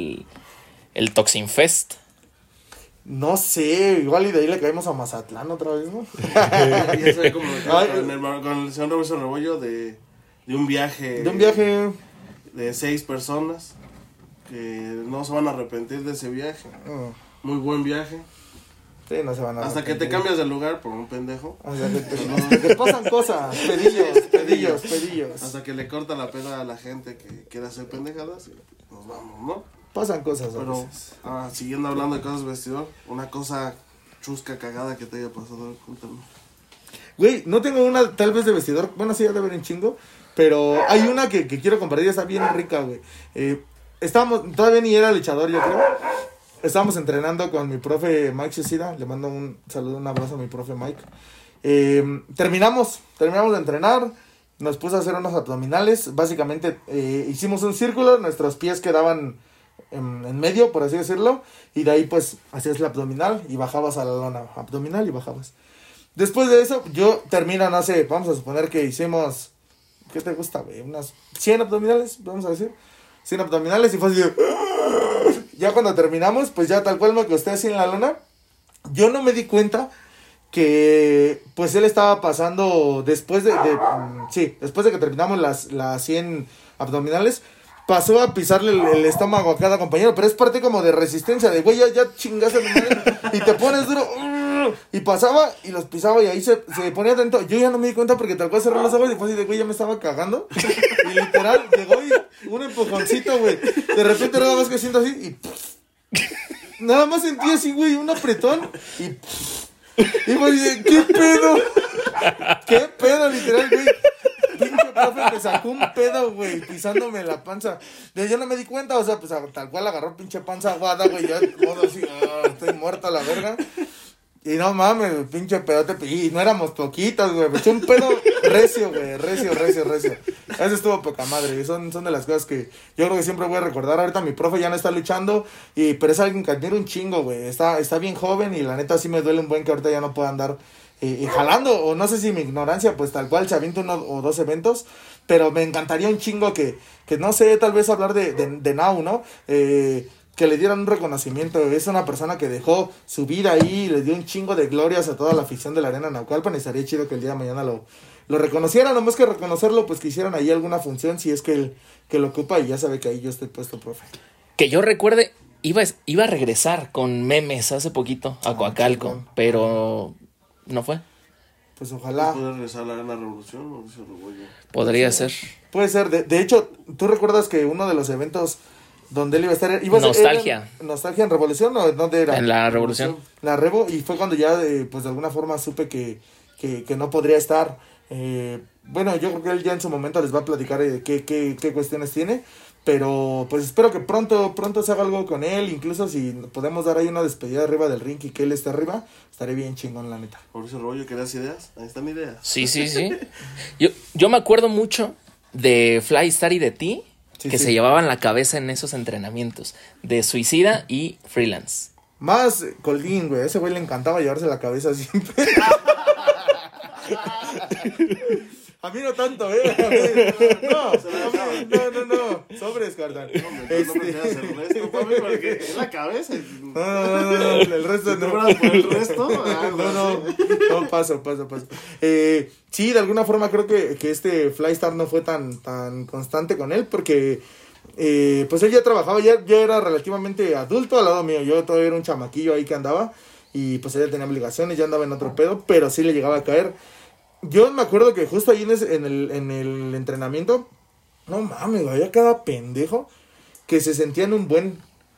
el Toxin Fest? No sé, igual y de ahí le caemos a Mazatlán otra vez, ¿no? Y eso es como con el señor Roberto Rebollo de un viaje. De un viaje de 6 personas que no se van a arrepentir de ese viaje. Muy buen viaje. Sí, no se van a hasta arrepentir. Que te cambias de lugar por un pendejo. Hasta que pasan cosas, pedillos. Hasta que le corta la pena a la gente que quiere hacer pendejadas y nos vamos, ¿no? Pasan cosas. Pero siguiendo hablando de cosas vestidor, una cosa chusca cagada que te haya pasado, cuéntame. Güey, no tengo una tal vez de vestidor, bueno, sí, ya de ver un chingo, pero hay una que quiero compartir, está bien rica, güey. Estábamos, todavía ni era luchador, yo creo. Estábamos entrenando con mi profe Mike Suicida. Le mando un saludo, un abrazo a mi profe Mike. Terminamos de entrenar. Nos puso a hacer unos abdominales. Básicamente hicimos un círculo. Nuestros pies quedaban en medio, por así decirlo. Y de ahí pues hacías el abdominal y bajabas a la lona. Abdominal y bajabas. Después de eso yo termino, no sé, vamos a suponer que hicimos... ¿Qué te gusta, güey? Unas 100 abdominales, vamos a decir. 100 abdominales y fue así de... Ya cuando terminamos, pues ya tal cual me acosté así en la lona. Yo no me di cuenta que pues él estaba pasando después después de que terminamos las 100 abdominales, pasó a pisarle el estómago a cada compañero, pero es parte como de resistencia, de güey, ya chingaste y te pones duro. Y pasaba y los pisaba y ahí se ponía atento. Yo ya no me di cuenta porque tal cual cerré los ojos y fue así de güey, ya me estaba cagando. Y literal, llegó y un empujoncito, güey. De repente nada más que siento así y nada más sentí así, güey, un apretón y fue así de, ¿qué pedo? ¿Qué pedo, literal, güey? Pinche profe me sacó un pedo, güey, pisándome la panza. Yo no me di cuenta, o sea, pues tal cual agarró pinche panza aguada, güey, ya modo así, estoy muerta a la verga. Y no mames, pinche pedote, y no éramos poquitos, güey, me eché un pedo recio, güey, recio. Eso estuvo poca madre, y son de las cosas que yo creo que siempre voy a recordar. Ahorita mi profe ya no está luchando, pero es alguien que admiro un chingo, güey, está bien joven, y la neta sí me duele un buen que ahorita ya no pueda andar jalando, o no sé si mi ignorancia, pues tal cual se avienta 1 o 2 eventos, pero me encantaría un chingo que no sé, tal vez hablar de Now, ¿no? que le dieran un reconocimiento. Es una persona que dejó su vida ahí, le dio un chingo de glorias a toda la afición de la Arena Naucalpan, y estaría chido que el día de mañana lo reconocieran. Nomás que reconocerlo, pues que hicieran ahí alguna función, si es que él que lo ocupa, y ya sabe que ahí yo estoy puesto, profe. Que yo recuerde, iba a regresar con memes hace poquito a Coacalco, pero no fue. Pues ojalá. ¿Puede regresar a la Arena Revolución, Mauricio Rebollo? Podría ser. Puede ser. De hecho, ¿tú recuerdas que uno de los eventos donde él iba a estar... Nostalgia. ¿Nostalgia en Revolución o dónde era? En la Revolución. La Revo, y fue cuando ya, pues de alguna forma supe que no podría estar. Bueno, yo creo que él ya en su momento les va a platicar qué cuestiones tiene. Pero pues espero que pronto se haga algo con él. Incluso si podemos dar ahí una despedida arriba del ring y que él esté arriba, estaré bien chingón, la neta. Mauricio Rebollo, ¿querías ideas? Ahí están ideas. Sí. Yo me acuerdo mucho de Fly Star y de ti, que se llevaban la cabeza en esos entrenamientos de Suicida y Freelance. Más Coldín, güey. A ese güey le encantaba llevarse la cabeza siempre. A mí no tanto, No. Sobres, carnal. No me quedas el resto, papi, porque es la cabeza. No, el resto no. ¿Por el resto? No, paso. Sí, de alguna forma creo que este Flystar no fue tan constante con él, porque pues él ya trabajaba, ya era relativamente adulto al lado mío. Yo todavía era un chamaquillo ahí que andaba, y pues ella tenía obligaciones, ya andaba en otro pedo, pero sí le llegaba a caer. Yo me acuerdo que justo ahí en el entrenamiento, no mames, había cada pendejo que se sentían un buen.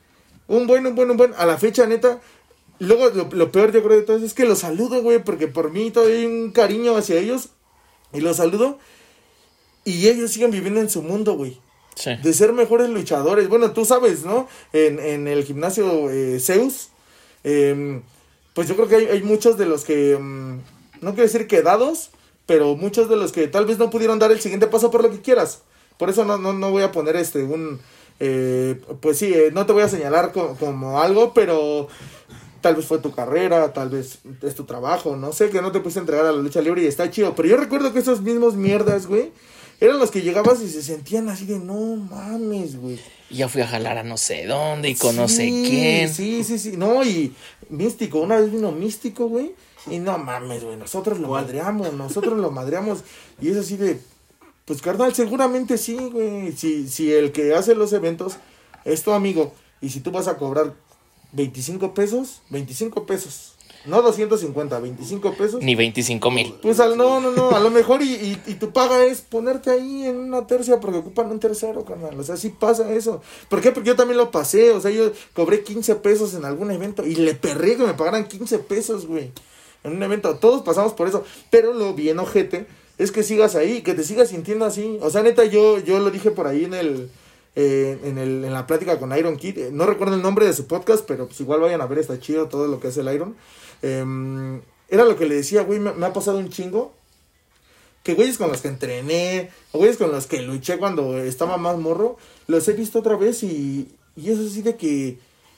A la fecha, neta. Luego, lo peor yo creo de todo es que los saludo, güey, porque por mí todavía hay un cariño hacia ellos. Y los saludo. Y ellos siguen viviendo en su mundo, güey. Sí. De ser mejores luchadores. Bueno, tú sabes, ¿no? En el gimnasio Zeus. Pues yo creo que hay muchos de los que... no quiero decir quedados, pero muchos de los que tal vez no pudieron dar el siguiente paso por lo que quieras. Por eso no voy a poner pues sí, no te voy a señalar como algo, pero tal vez fue tu carrera, tal vez es tu trabajo, no sé, que no te pudiste entregar a la lucha libre y está chido. Pero yo recuerdo que esos mismos mierdas, güey, eran los que llegabas y se sentían así de no mames, güey. Y ya fui a jalar a no sé dónde y con no sé quién. Sí. No, y Místico, una vez vino Místico, güey. Y no mames, güey, nosotros lo madreamos. Y es así de, pues carnal, seguramente sí, güey. Si el que hace los eventos es tu amigo, y si tú vas a cobrar 25 pesos, no 250, 25 pesos. Ni 25,000. Pues no, a lo mejor y tu paga es ponerte ahí en una tercia porque ocupan un tercero, carnal. O sea, sí pasa eso. ¿Por qué? Porque yo también lo pasé. O sea, yo cobré 15 pesos en algún evento y le perré que me pagaran 15 pesos, güey. En un evento, todos pasamos por eso. Pero lo bien ojete es que sigas ahí, que te sigas sintiendo así. O sea, neta, yo lo dije por ahí en la plática con Iron Kid. No recuerdo el nombre de su podcast, pero pues igual vayan a ver, está chido todo lo que hace el Iron. Era lo que le decía, güey, me ha pasado un chingo. Que güeyes con los que entrené, o güeyes con los que luché cuando estaba más morro, los he visto otra vez y es así de que...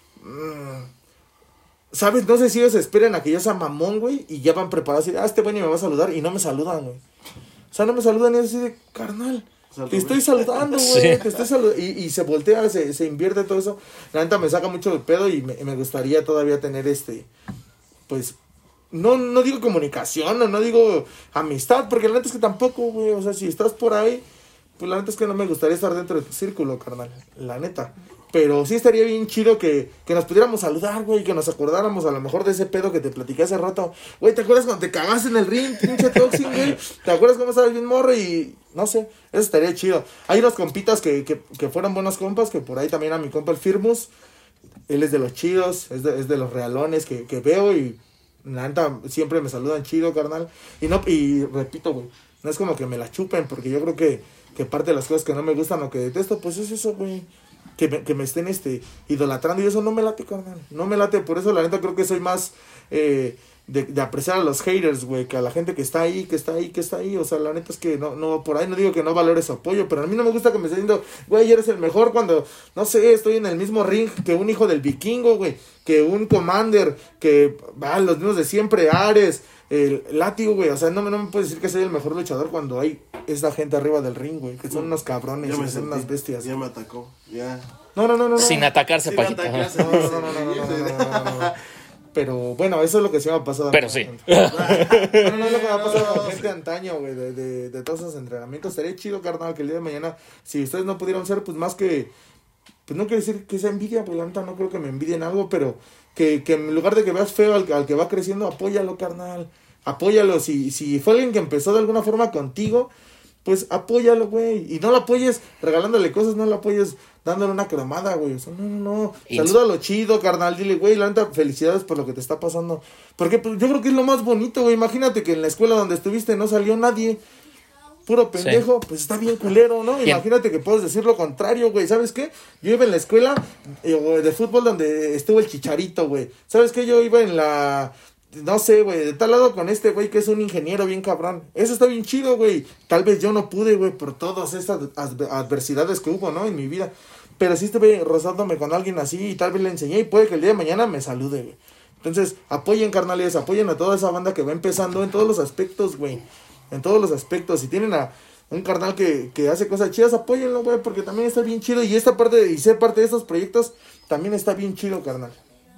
¿sabes? No sé si ellos esperan a que yo sea mamón, güey, y ya van preparados y este güey ni me va a saludar, y no me saludan, güey. O sea, no me saludan y es así de, carnal, te estoy saludando, güey, sí. Te estoy saludando. Y se voltea, se invierte todo eso. La neta me saca mucho de pedo y me gustaría todavía tener pues, no digo comunicación, no digo amistad, porque la neta es que tampoco, güey, o sea, si estás por ahí, pues la neta es que no me gustaría estar dentro de tu círculo, carnal, la neta. Pero sí estaría bien chido que nos pudiéramos saludar, güey, que nos acordáramos a lo mejor de ese pedo que te platiqué hace rato. Güey, ¿te acuerdas cuando te cagaste en el ring, pinche Toxin, güey? ¿Te acuerdas cómo estabas bien morro? Y no sé, eso estaría chido. Hay unos compitas que fueron buenos compas, que por ahí también a mi compa el Firmus, él es de los chidos, es de los realones que veo y la neta siempre me saludan chido, carnal. Y repito, güey, no es como que me la chupen, porque yo creo que parte de las cosas que no me gustan o que detesto, pues es eso, güey. Que me estén idolatrando, y eso no me late, carnal. No me late, por eso la neta creo que soy más de apreciar a los haters, güey, que a la gente que está ahí. O sea, la neta es que no, por ahí no digo que no valore su apoyo, pero a mí no me gusta que me estén diciendo, güey, eres el mejor, cuando, no sé, estoy en el mismo ring que un hijo del vikingo, güey, que un Commander, que los mismos de siempre, Ares, el Látigo, güey. O sea, no me puedes decir que soy el mejor luchador cuando hay esta gente arriba del ring, güey, que son unos cabrones, que son unas bestias. Ya me atacó, ya. No. Sin atacarse, Sin Paquito. atacarse. No. Pero bueno, eso es lo que sí me ha pasado. Pero sí. No es lo que me ha pasado a la gente antaño, güey, de todos esos entrenamientos. Sería chido, carnal, que el día de mañana, si ustedes no pudieron ser, pues más que, pues no quiero decir que sea envidia, pues la neta no creo que me envidien algo, pero que en lugar de que veas feo al que va creciendo, apóyalo, carnal. Apóyalo. Si fue alguien que empezó de alguna forma contigo, pues apóyalo, güey. Y no lo apoyes regalándole cosas, no lo apoyes dándole una cromada, güey. O sea, no. Salúdalo chido, carnal. Dile, güey, la neta, felicidades por lo que te está pasando. Porque pues, yo creo que es lo más bonito, güey. Imagínate que en la escuela donde estuviste no salió nadie. Puro pendejo, pues está bien culero, ¿no? Bien. Imagínate que puedes decir lo contrario, güey. ¿Sabes qué? Yo iba en la escuela de fútbol donde estuvo el Chicharito, güey. ¿Sabes qué? Yo iba en la... No sé, güey, de tal lado con este güey que es un ingeniero bien cabrón. Eso está bien chido, güey. Tal vez yo no pude, güey, por todas estas adversidades que hubo, ¿no? En mi vida. Pero sí estuve rozándome con alguien así y tal vez le enseñé y puede que el día de mañana me salude, güey. Entonces, apoyen, carnales, apoyen a toda esa banda que va empezando en todos los aspectos, güey. En todos los aspectos. Si tienen a un carnal que hace cosas chidas, apóyenlo, güey, porque también está bien chido. Y esta parte, y ser parte de estos proyectos, también está bien chido, carnal.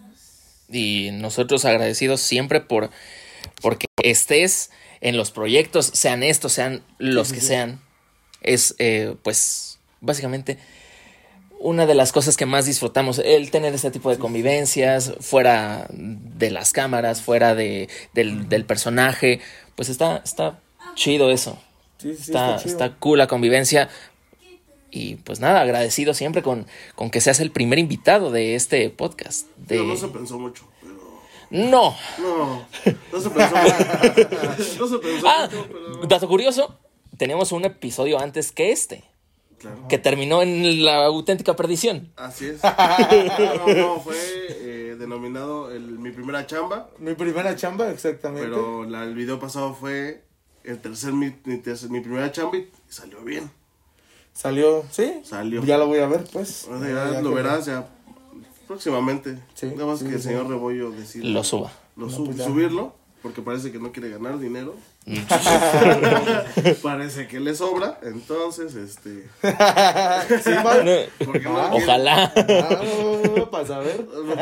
Y nosotros agradecidos siempre porque estés en los proyectos, sean estos, sean los que sean. Es, pues, básicamente una de las cosas que más disfrutamos, el tener este tipo de convivencias fuera de las cámaras, fuera del personaje. Pues está chido eso. Sí, está chido. Está cool la convivencia. Y pues nada, agradecido siempre con que seas el primer invitado de este podcast. No se pensó mucho, pero... No se pensó mucho. No se pensó mucho, pero... Dato curioso, tenemos un episodio antes que este. Claro. Que terminó en la auténtica perdición. Así es. Fue denominado mi primera chamba. Mi primera chamba, exactamente. Pero el video pasado fue mi primera chamba y salió bien. Salió, ¿sí? Salió. Ya lo voy a ver, pues. O sea, ya lo verás ya próximamente. Sí, Nada más sí, que el sí. señor Rebollo decida Lo suba. Pues ya. subirlo, porque parece que no quiere ganar dinero. Parece que le sobra, entonces Sí, man. porque Ojalá. Para saber.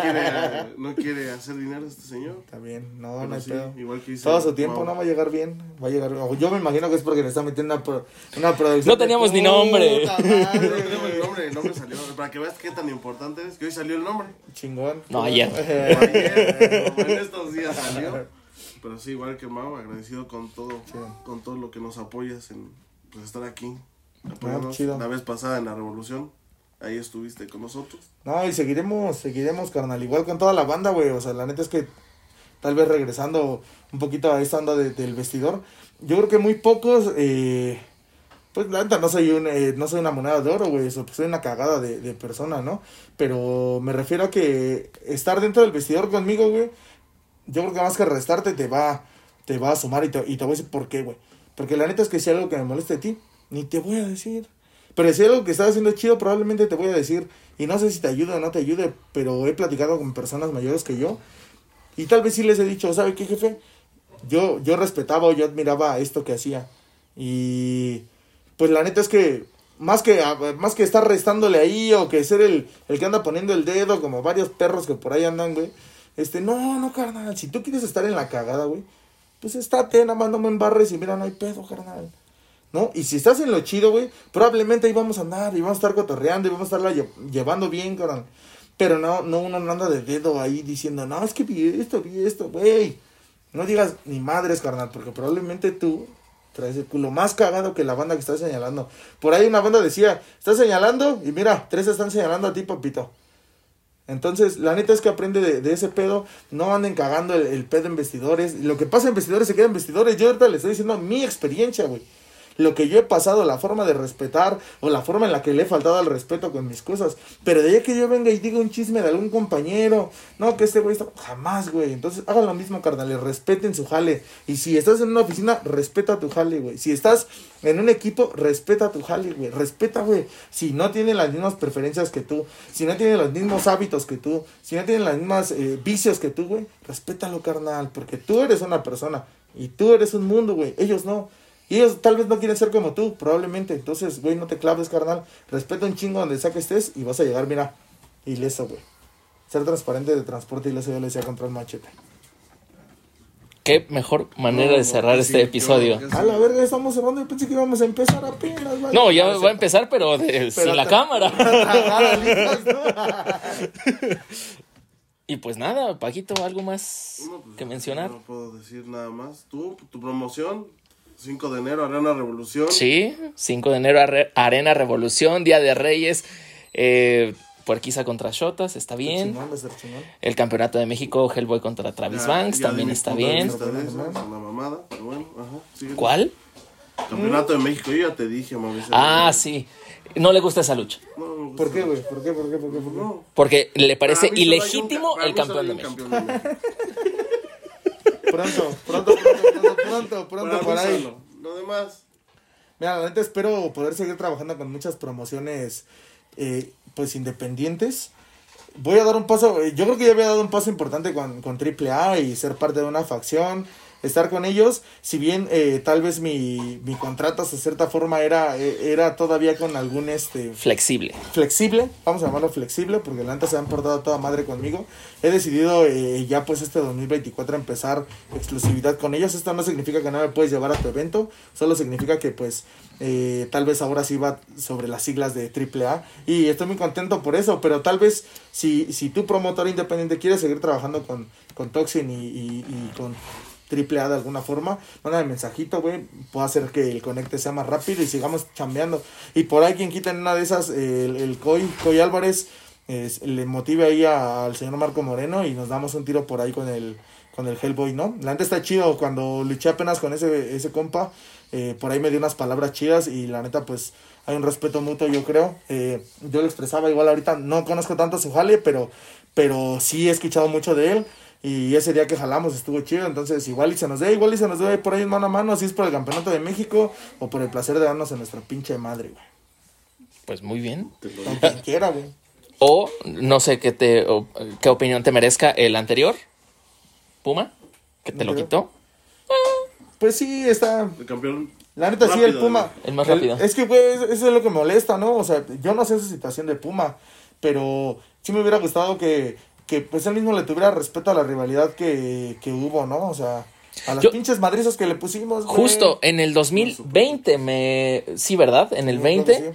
no quiere hacer dinero este señor. Está bien, no Pero hay sí, pedo. igual que dice Todo su tiempo Mau. no va a llegar bien. Va a llegar. Yo me imagino que es porque le está metiendo una producción. No teníamos ni nombre. Puta No madre, tenemos el güey. nombre salió. Para que veas qué tan importante es que hoy salió el nombre. Chingón. No, ayer. O ayer, o en estos días salió. Pero sí, igual que Mau, agradecido con todo lo que nos apoyas en pues, estar aquí. Apoyarnos. chido. La vez pasada en la revolución, ahí estuviste con nosotros. No, y seguiremos, carnal. Igual con toda la banda, güey. O sea, la neta es que tal vez regresando un poquito a esta onda del vestidor, yo creo que muy pocos, pues la neta no soy una moneda de oro, güey. Soy una cagada de persona, ¿no? Pero me refiero a que estar dentro del vestidor conmigo, güey, yo creo que más que restarte te va a sumar y te voy a decir por qué, güey. Porque la neta es que si hay algo que me molesta de ti, ni te voy a decir. Pero si hay algo que estás haciendo chido, probablemente te voy a decir. Y no sé si te ayude o no te ayude, pero he platicado con personas mayores que yo. Y tal vez sí les he dicho, ¿sabe qué, jefe? Yo respetaba o yo admiraba esto que hacía. Y pues la neta es que más que estar restándole ahí o que ser el que anda poniendo el dedo, como varios perros que por ahí andan, güey. No, carnal, si tú quieres estar en la cagada, güey, pues estate, nada más no me embarres y mira, no hay pedo, carnal, ¿no? Y si estás en lo chido, güey, probablemente ahí vamos a andar y vamos a estar cotorreando y vamos a estarla llevando bien, carnal. Pero no uno no anda de dedo ahí diciendo, no, es que vi esto, güey. No digas ni madres, carnal, porque probablemente tú traes el culo más cagado que la banda que está señalando. Por ahí una banda decía, está señalando y mira, 3 están señalando a ti, papito. Entonces, la neta es que aprende de ese pedo. No anden cagando el pedo en vestidores. Lo que pasa en vestidores se queda en vestidores. Yo ahorita le estoy diciendo mi experiencia, güey. Lo que yo he pasado, la forma de respetar o la forma en la que le he faltado al respeto con mis cosas. Pero de ahí que yo venga y diga un chisme de algún compañero, no, que este güey está... Jamás, güey. Entonces, hagan lo mismo, carnales. Respeten su jale. Y si estás en una oficina, respeta tu jale, güey. Si estás en un equipo, respeta tu jale, güey. Respeta, güey. Si no tienen las mismas preferencias que tú, si no tienen los mismos hábitos que tú, si no tienen las mismas vicios que tú, güey, respétalo, carnal. Porque tú eres una persona y tú eres un mundo, güey. Ellos no. Y ellos tal vez no quieren ser como tú, probablemente. Entonces, güey, no te claves, carnal. Respeta un chingo donde sea que estés y vas a llegar, mira, ileso, güey. Ser transparente de transporte ileso, yo le decía contra el machete. Qué mejor manera de cerrar este episodio. A la verga, estamos cerrando. Yo pensé que íbamos a empezar apenas, güey. No, ya va a empezar, pero sin la cámara. Y pues nada, Paquito, ¿algo más que mencionar? No puedo decir nada más. Tú, tu promoción, 5 de enero, Arena Revolución. Sí, 5 de enero, Arena Revolución, Día de Reyes, Puerquiza contra Shotas, está bien. Chingón, va a ser chingón. El Campeonato de México, Hellboy contra Travis Banks, también está bien. Es una mamada, pero bueno, ajá. Síguele. ¿Cuál? Campeonato de México, yo ya te dije, Mauricio. Ah, sí. No le gusta esa lucha. No, me gusta. ¿Por qué, güey? ¿Por qué? No. Porque le parece Para mí solo hay ilegítimo para el mí solo campeón hay de un México. campeón de México. Pronto, Para por mí ahí. solo. Lo demás. Mira, la neta espero poder seguir trabajando con muchas promociones, pues, independientes. Voy a dar un paso, yo creo que ya había dado un paso importante con AAA y ser parte de una facción, estar con ellos, si bien tal vez mi contrato de cierta forma era todavía con algún Flexible. flexible, vamos a llamarlo flexible, porque la neta se han portado a toda madre conmigo. He decidido ya pues 2024 empezar exclusividad con ellos. Esto no significa que no me puedes llevar a tu evento, solo significa que pues tal vez ahora sí va sobre las siglas de AAA y estoy muy contento por eso, pero tal vez si tu promotor independiente quiere seguir trabajando con Toxin y con AAA de alguna forma, mándame mensajito, güey, puedo hacer que el conecte sea más rápido y sigamos chambeando. Y por ahí quien quita en una de esas, el Coy Álvarez le motive ahí al señor Marco Moreno y nos damos un tiro por ahí con el Hellboy, ¿no? La neta está chido, cuando luché apenas con ese compa, por ahí me dio unas palabras chidas y la neta pues hay un respeto mutuo, yo creo. Yo lo expresaba igual ahorita, no conozco tanto su jale, pero sí he escuchado mucho de él. Y ese día que jalamos estuvo chido, entonces igual y se nos dé por ahí mano a mano, si es por el Campeonato de México o por el placer de darnos en nuestra pinche madre, güey. Pues muy bien. Con quien quiera, güey. O no sé qué opinión te merezca el anterior, Puma, que te lo quitó. Pues sí, está... El campeón. La neta sí, el Puma. El más rápido. Es que, güey, eso es lo que me molesta, ¿no? O sea, yo no sé esa situación de Puma, pero sí me hubiera gustado que pues él mismo le tuviera respeto a la rivalidad que hubo, ¿no? O sea, a las pinches madrizas que le pusimos, güey. Justo en el 2020 sí, ¿verdad? En el 20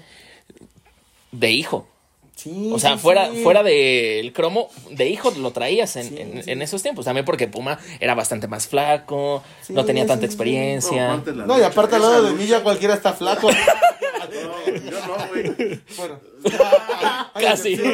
de hijo. Sí, o sea, sí, fuera del cromo, de hijo lo traías en Sí. esos tiempos. También porque Puma era bastante más flaco, Sí, no tenía tanta sí. experiencia. No, y aparte al lado de mí ya cualquiera está flaco. No, yo no, güey. Bueno. Casi. Yo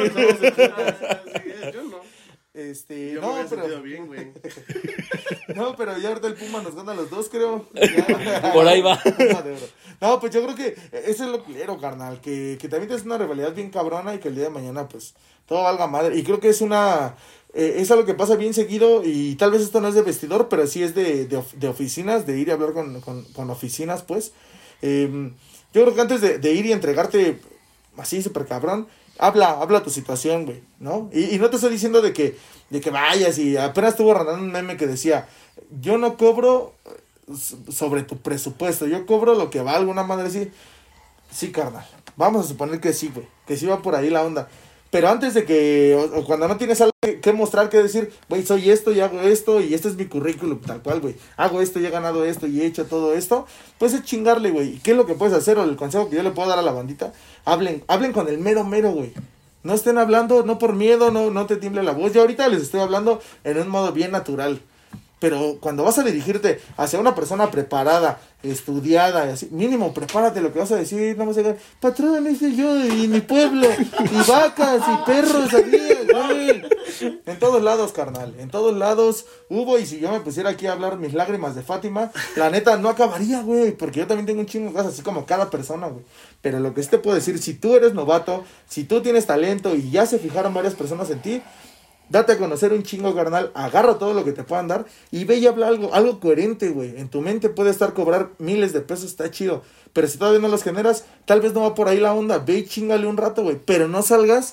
no. Yo No, me había pero... sentido bien, güey. No, pero ya ahorita el Puma nos gana a los dos, creo. Por ahí va. Puma de oro. No, pues yo creo que eso es lo culero, carnal. Que también es una rivalidad bien cabrona y que el día de mañana, pues, todo valga madre. Y creo que es es algo que pasa bien seguido y tal vez esto no es de vestidor, pero sí es de oficinas, de ir a hablar con oficinas, pues. Yo creo que antes de ir y entregarte así súper cabrón, habla tu situación, güey, ¿no? Y no te estoy diciendo de que vayas y apenas estuvo rondando un meme que decía, yo no cobro sobre tu presupuesto, yo cobro lo que valga, una madre así. Sí, carnal, vamos a suponer que sí, güey, que sí va por ahí la onda. Pero antes de que, o cuando no tienes algo que mostrar, que decir, güey, soy esto y hago esto y este es mi currículum, tal cual, güey. Hago esto y he ganado esto y he hecho todo esto. Pues es chingarle, güey. ¿Qué es lo que puedes hacer? O el consejo que yo le puedo dar a la bandita. Hablen con el mero, güey. No estén hablando, no por miedo, no te tiemble la voz. Yo ahorita les estoy hablando en un modo bien natural. Pero cuando vas a dirigirte hacia una persona preparada, estudiada, y así, mínimo prepárate lo que vas a decir. No vas a llegar, patrón, ese yo y mi pueblo, y vacas y perros, güey. En todos lados, carnal, en todos lados hubo. Y si yo me pusiera aquí a hablar mis lágrimas de Fátima, la neta no acabaría, güey, porque yo también tengo un chingo de cosas, así como cada persona, güey. Pero lo que sí te puedo decir, si tú eres novato, si tú tienes talento y ya se fijaron varias personas en ti, date a conocer un chingo, carnal. Agarra todo lo que te puedan dar y ve y habla algo coherente, güey. En tu mente puede estar cobrar miles de pesos, está chido. Pero si todavía no los generas, tal vez no va por ahí la onda. Ve y chingale un rato, güey. Pero no salgas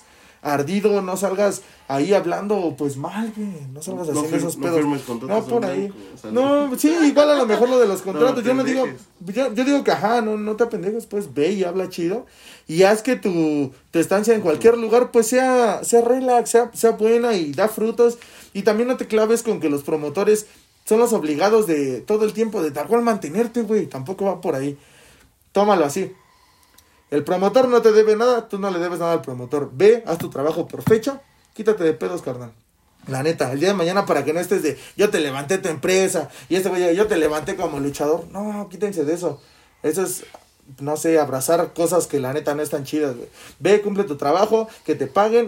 ardido, no salgas ahí hablando pues mal, güey, no salgas haciendo esos pedos. No, por ahí. No, sí, igual a lo mejor lo de los contratos, yo no digo, yo digo que ajá, no te apendejes, pues ve y habla chido y haz que tu estancia en cualquier lugar pues sea relax, sea buena y da frutos, y también no te claves con que los promotores son los obligados de todo el tiempo de tal cual mantenerte, güey, tampoco va por ahí. Tómalo así. El promotor no te debe nada, tú no le debes nada al promotor. Ve, haz tu trabajo por fecha, quítate de pedos, carnal. La neta, el día de mañana para que no estés de, yo te levanté tu empresa, y güey, yo te levanté como luchador. No, quítense de eso. Eso es, no sé, abrazar cosas que la neta no están chidas, güey. Ve, cumple tu trabajo, que te paguen,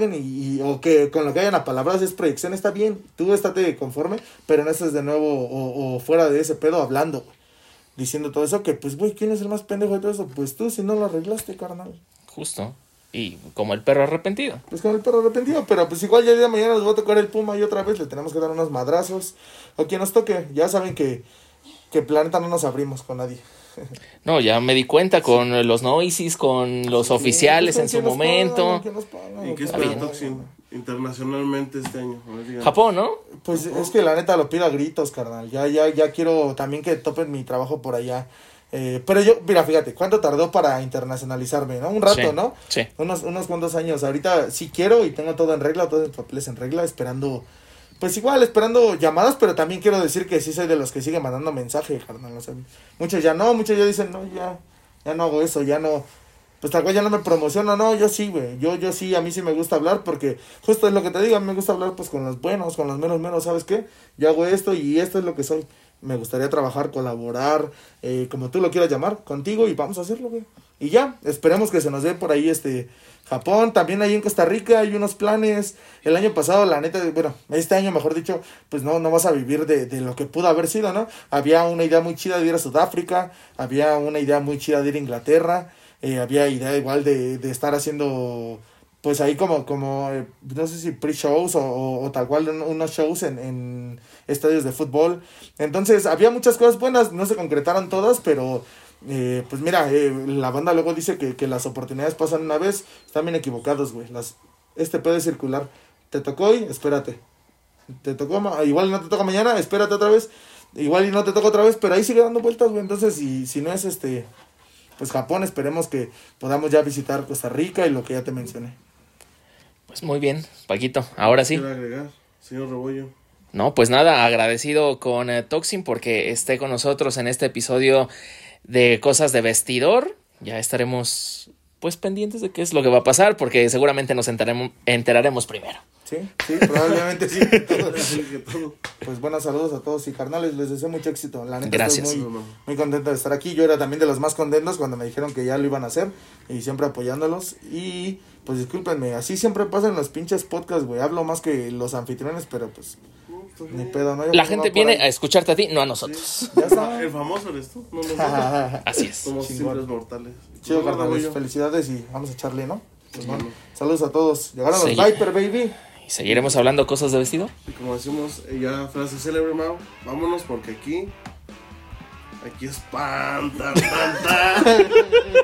o que con lo que hayan a palabras es proyección, está bien. Tú estate conforme, pero no estés de nuevo o fuera de ese pedo hablando, güey. Diciendo todo eso, que pues, güey, ¿quién es el más pendejo de todo eso? Pues tú, si no lo arreglaste, carnal. Justo. Y como el perro arrepentido. Pues como el perro arrepentido, pero pues igual ya el día de mañana nos va a tocar el Puma y otra vez le tenemos que dar unos madrazos. O quien nos toque, ya saben que planeta no nos abrimos con nadie. No, ya me di cuenta con los Noisis, con los oficiales en su momento. ¿Y qué espera Toxin internacionalmente este año? Japón, ¿no? Pues es que la neta lo pido a gritos, carnal. Ya quiero también que topen mi trabajo por allá. Pero yo, mira, fíjate, ¿cuánto tardó para internacionalizarme, no? Un rato, Sí, ¿no? sí. Unos cuantos años. Ahorita sí quiero y tengo todo en regla, todos los papeles en regla, esperando, pues igual, esperando llamadas, pero también quiero decir que sí soy de los que siguen mandando mensaje, carnal. O sea, muchos ya dicen, no, ya no hago eso, ya no, pues tal cual ya no me promociono, no, yo sí, güey, yo sí, a mí sí me gusta hablar, porque justo es lo que te digo, a mí me gusta hablar pues con los buenos, con los menos, ¿sabes qué? Yo hago esto y esto es lo que soy. Me gustaría trabajar, colaborar, como tú lo quieras llamar, contigo, y vamos a hacerlo, güey. Y ya, esperemos que se nos dé por ahí Japón, también ahí en Costa Rica hay unos planes. El año pasado, la neta, bueno, este año mejor dicho, pues no vas a vivir de lo que pudo haber sido, ¿no? Había una idea muy chida de ir a Sudáfrica, había una idea muy chida de ir a Inglaterra, había idea igual de estar haciendo, pues ahí como no sé si pre-shows o tal cual unos shows en estadios de fútbol. Entonces había muchas cosas buenas, no se concretaron todas, pero pues mira, la banda luego dice que las oportunidades pasan una vez. Están bien equivocados, güey. Este puede circular. Te tocó hoy, espérate. Te tocó, igual no te toca mañana, espérate otra vez. Igual y no te toca otra vez, pero ahí sigue dando vueltas, güey. Entonces, si no es pues Japón, esperemos que podamos ya visitar Costa Rica y lo que ya te mencioné. Pues muy bien, Paquito, ahora sí. ¿Qué quiere agregar, señor Rebollo? No, pues nada, agradecido con Toxin porque esté con nosotros en este episodio de Cosas de Vestidor. Ya estaremos pues pendientes de qué es lo que va a pasar, porque seguramente nos enteraremos primero. Sí, probablemente sí. Pues buenos saludos a todos y carnales, les deseo mucho éxito. La neta, gracias. Estoy muy contento de estar aquí. Yo era también de los más contentos cuando me dijeron que ya lo iban a hacer y siempre apoyándolos. Y pues discúlpenme, así siempre pasan los pinches podcasts, güey. Hablo más que los anfitriones, pero pues ni pedo, ¿no? La gente viene a escucharte a ti, no a nosotros. Sí. Ya está. El famoso eres tú. No. Así es. Somos simples mortales. Chido, carnales. Felicidades y vamos a echarle, ¿no? Pues bueno, saludos a todos. Llegaron los Viper, baby. Y seguiremos hablando cosas de vestido. Y como decimos, ya frase célebre, Mau, vámonos porque aquí espanta.